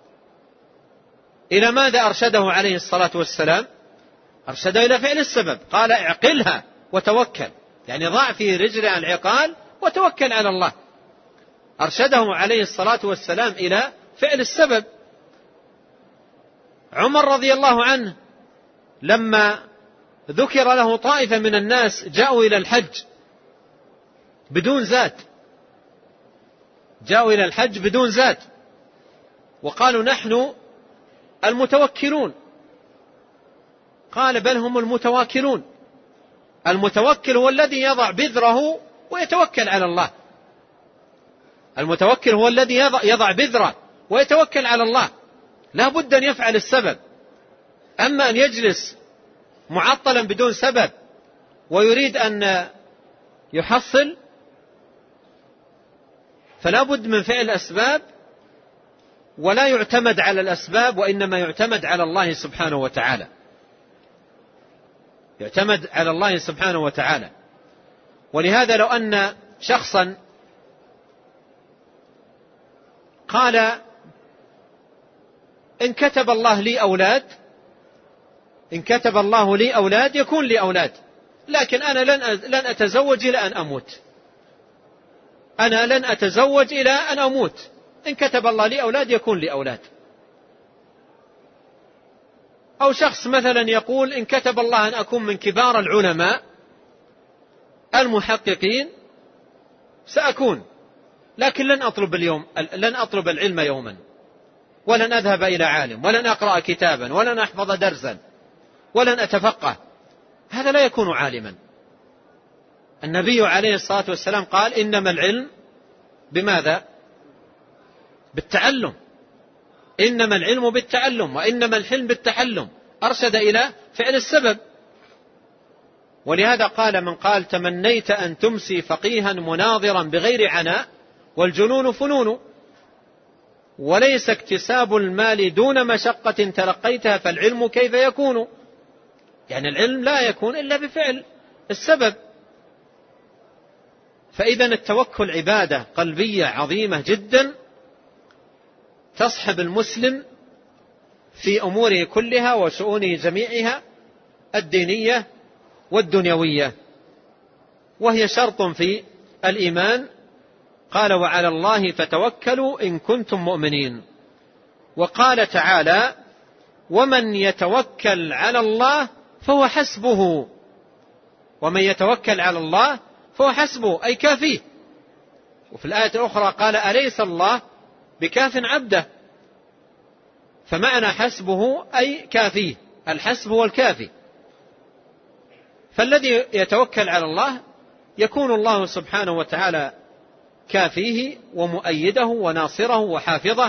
S1: إلى ماذا أرشده عليه الصلاة والسلام؟ أرشده إلى فعل السبب. قال: اعقلها وتوكل، يعني ضع في رجلها العقال وتوكل على الله. أرشده عليه الصلاة والسلام إلى فعل السبب. عمر رضي الله عنه لما ذكر له طائفة من الناس جاءوا إلى الحج بدون زاد، جاءوا إلى الحج بدون زاد وقالوا: نحن المتوكلون. قال: بل هم المتواكلون. المتوكل هو الذي يضع بذره ويتوكل على الله. المتوكل هو الذي يضع بذره ويتوكل على الله، لا بد أن يفعل السبب. أما أن يجلس معطلا بدون سبب ويريد أن يحصل فلا بد من فعل الأسباب، ولا يعتمد على الأسباب، وإنما يعتمد على الله سبحانه وتعالى، يعتمد على الله سبحانه وتعالى. ولهذا لو أن شخصا قال: إن كتب الله لي أولاد إن كتب الله لي أولاد يكون لي أولاد، لكن أنا لن لن أتزوج إلى أن أموت، أنا لن أتزوج إلى أن أموت، إن كتب الله لي أولاد يكون لي أولاد. أو شخص مثلا يقول: إن كتب الله أن أكون من كبار العلماء المحققين سأكون، لكن لن أطلب اليوم لن أطلب العلم يوما، ولن أذهب إلى عالم، ولن أقرأ كتابا، ولن أحفظ درسا، ولن أتفقه. هذا لا يكون عالما. النبي عليه الصلاة والسلام قال: إنما العلم بماذا؟ بالتعلم. إنما العلم بالتعلم، وإنما الحلم بالتحلم. أرشد إلى فعل السبب. ولهذا قال من قال: تمنيت أن تمسي فقيها مناظرا بغير عناء والجنون فنون، وليس اكتساب المال دون مشقة تلقيتها فالعلم كيف يكون؟ يعني العلم لا يكون إلا بفعل السبب. فإذا التوكل عبادة قلبية عظيمة جدا، تصحب المسلم في أموره كلها وشؤونه جميعها الدينية والدنيوية، وهي شرط في الإيمان. قال وعلى الله فتوكلوا إن كنتم مؤمنين. وقال تعالى ومن يتوكل على الله فهو حسبه، ومن يتوكل على الله فهو حسبه أي كافيه. وفي الآية الأخرى قال أليس الله بكاف عبده، فمعنى حسبه أي كافيه، الحسب هو الكافي. فالذي يتوكل على الله يكون الله سبحانه وتعالى كافيه ومؤيده وناصره وحافظه.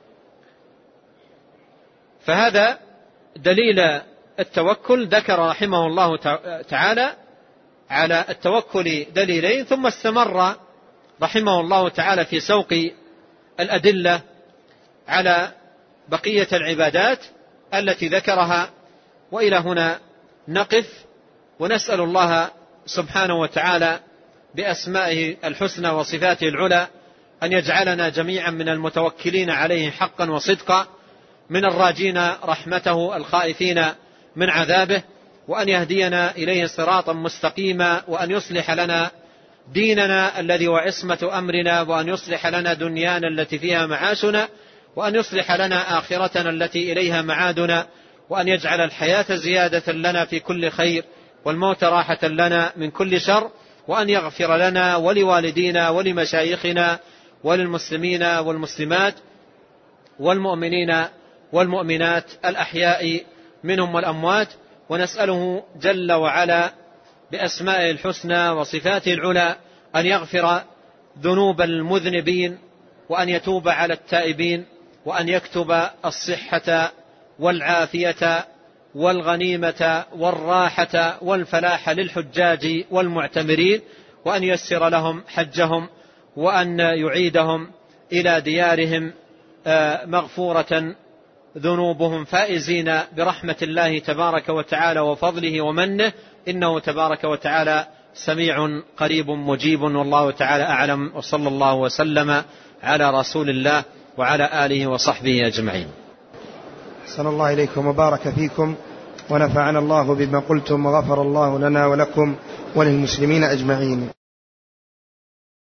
S1: فهذا دليل التوكل. ذكر رحمه الله تعالى على التوكل دليلين، ثم استمر رحمه الله تعالى في سوق الأدلة على بقية العبادات التي ذكرها. وإلى هنا نقف، ونسأل الله سبحانه وتعالى بأسمائه الحسنى وصفاته العلى أن يجعلنا جميعا من المتوكلين عليه حقا وصدقا، من الراجين رحمته الخائفين من عذابه، وأن يهدينا إليه صراطا مستقيما، وأن يصلح لنا ديننا الذي هو عصمة أمرنا، وأن يصلح لنا دنيانا التي فيها معاشنا، وأن يصلح لنا آخرتنا التي إليها معادنا، وأن يجعل الحياة زيادة لنا في كل خير والموت راحة لنا من كل شر، وأن يغفر لنا ولوالدينا ولمشايخنا وللمسلمين والمسلمات والمؤمنين والمؤمنات الأحياء منهم والأموات. ونسأله جل وعلا بأسمائه الحسنى وصفاته العلى أن يغفر ذنوب المذنبين، وأن يتوب على التائبين، وأن يكتب الصحة والعافية والغنيمة والراحة والفلاح للحجاج والمعتمرين، وأن ييسر لهم حجهم، وأن يعيدهم إلى ديارهم مغفورة ذنوبهم فائزين برحمة الله تبارك وتعالى وفضله ومنه، إنه تبارك وتعالى سميع قريب مجيب. والله تعالى أعلم، وصلى الله وسلم على رسول الله وعلى آله وصحبه أجمعين.
S2: أحسن الله إليكم وبارك فيكم، ونفعنا الله بما قلتم، وغفر الله لنا ولكم وللمسلمين أجمعين.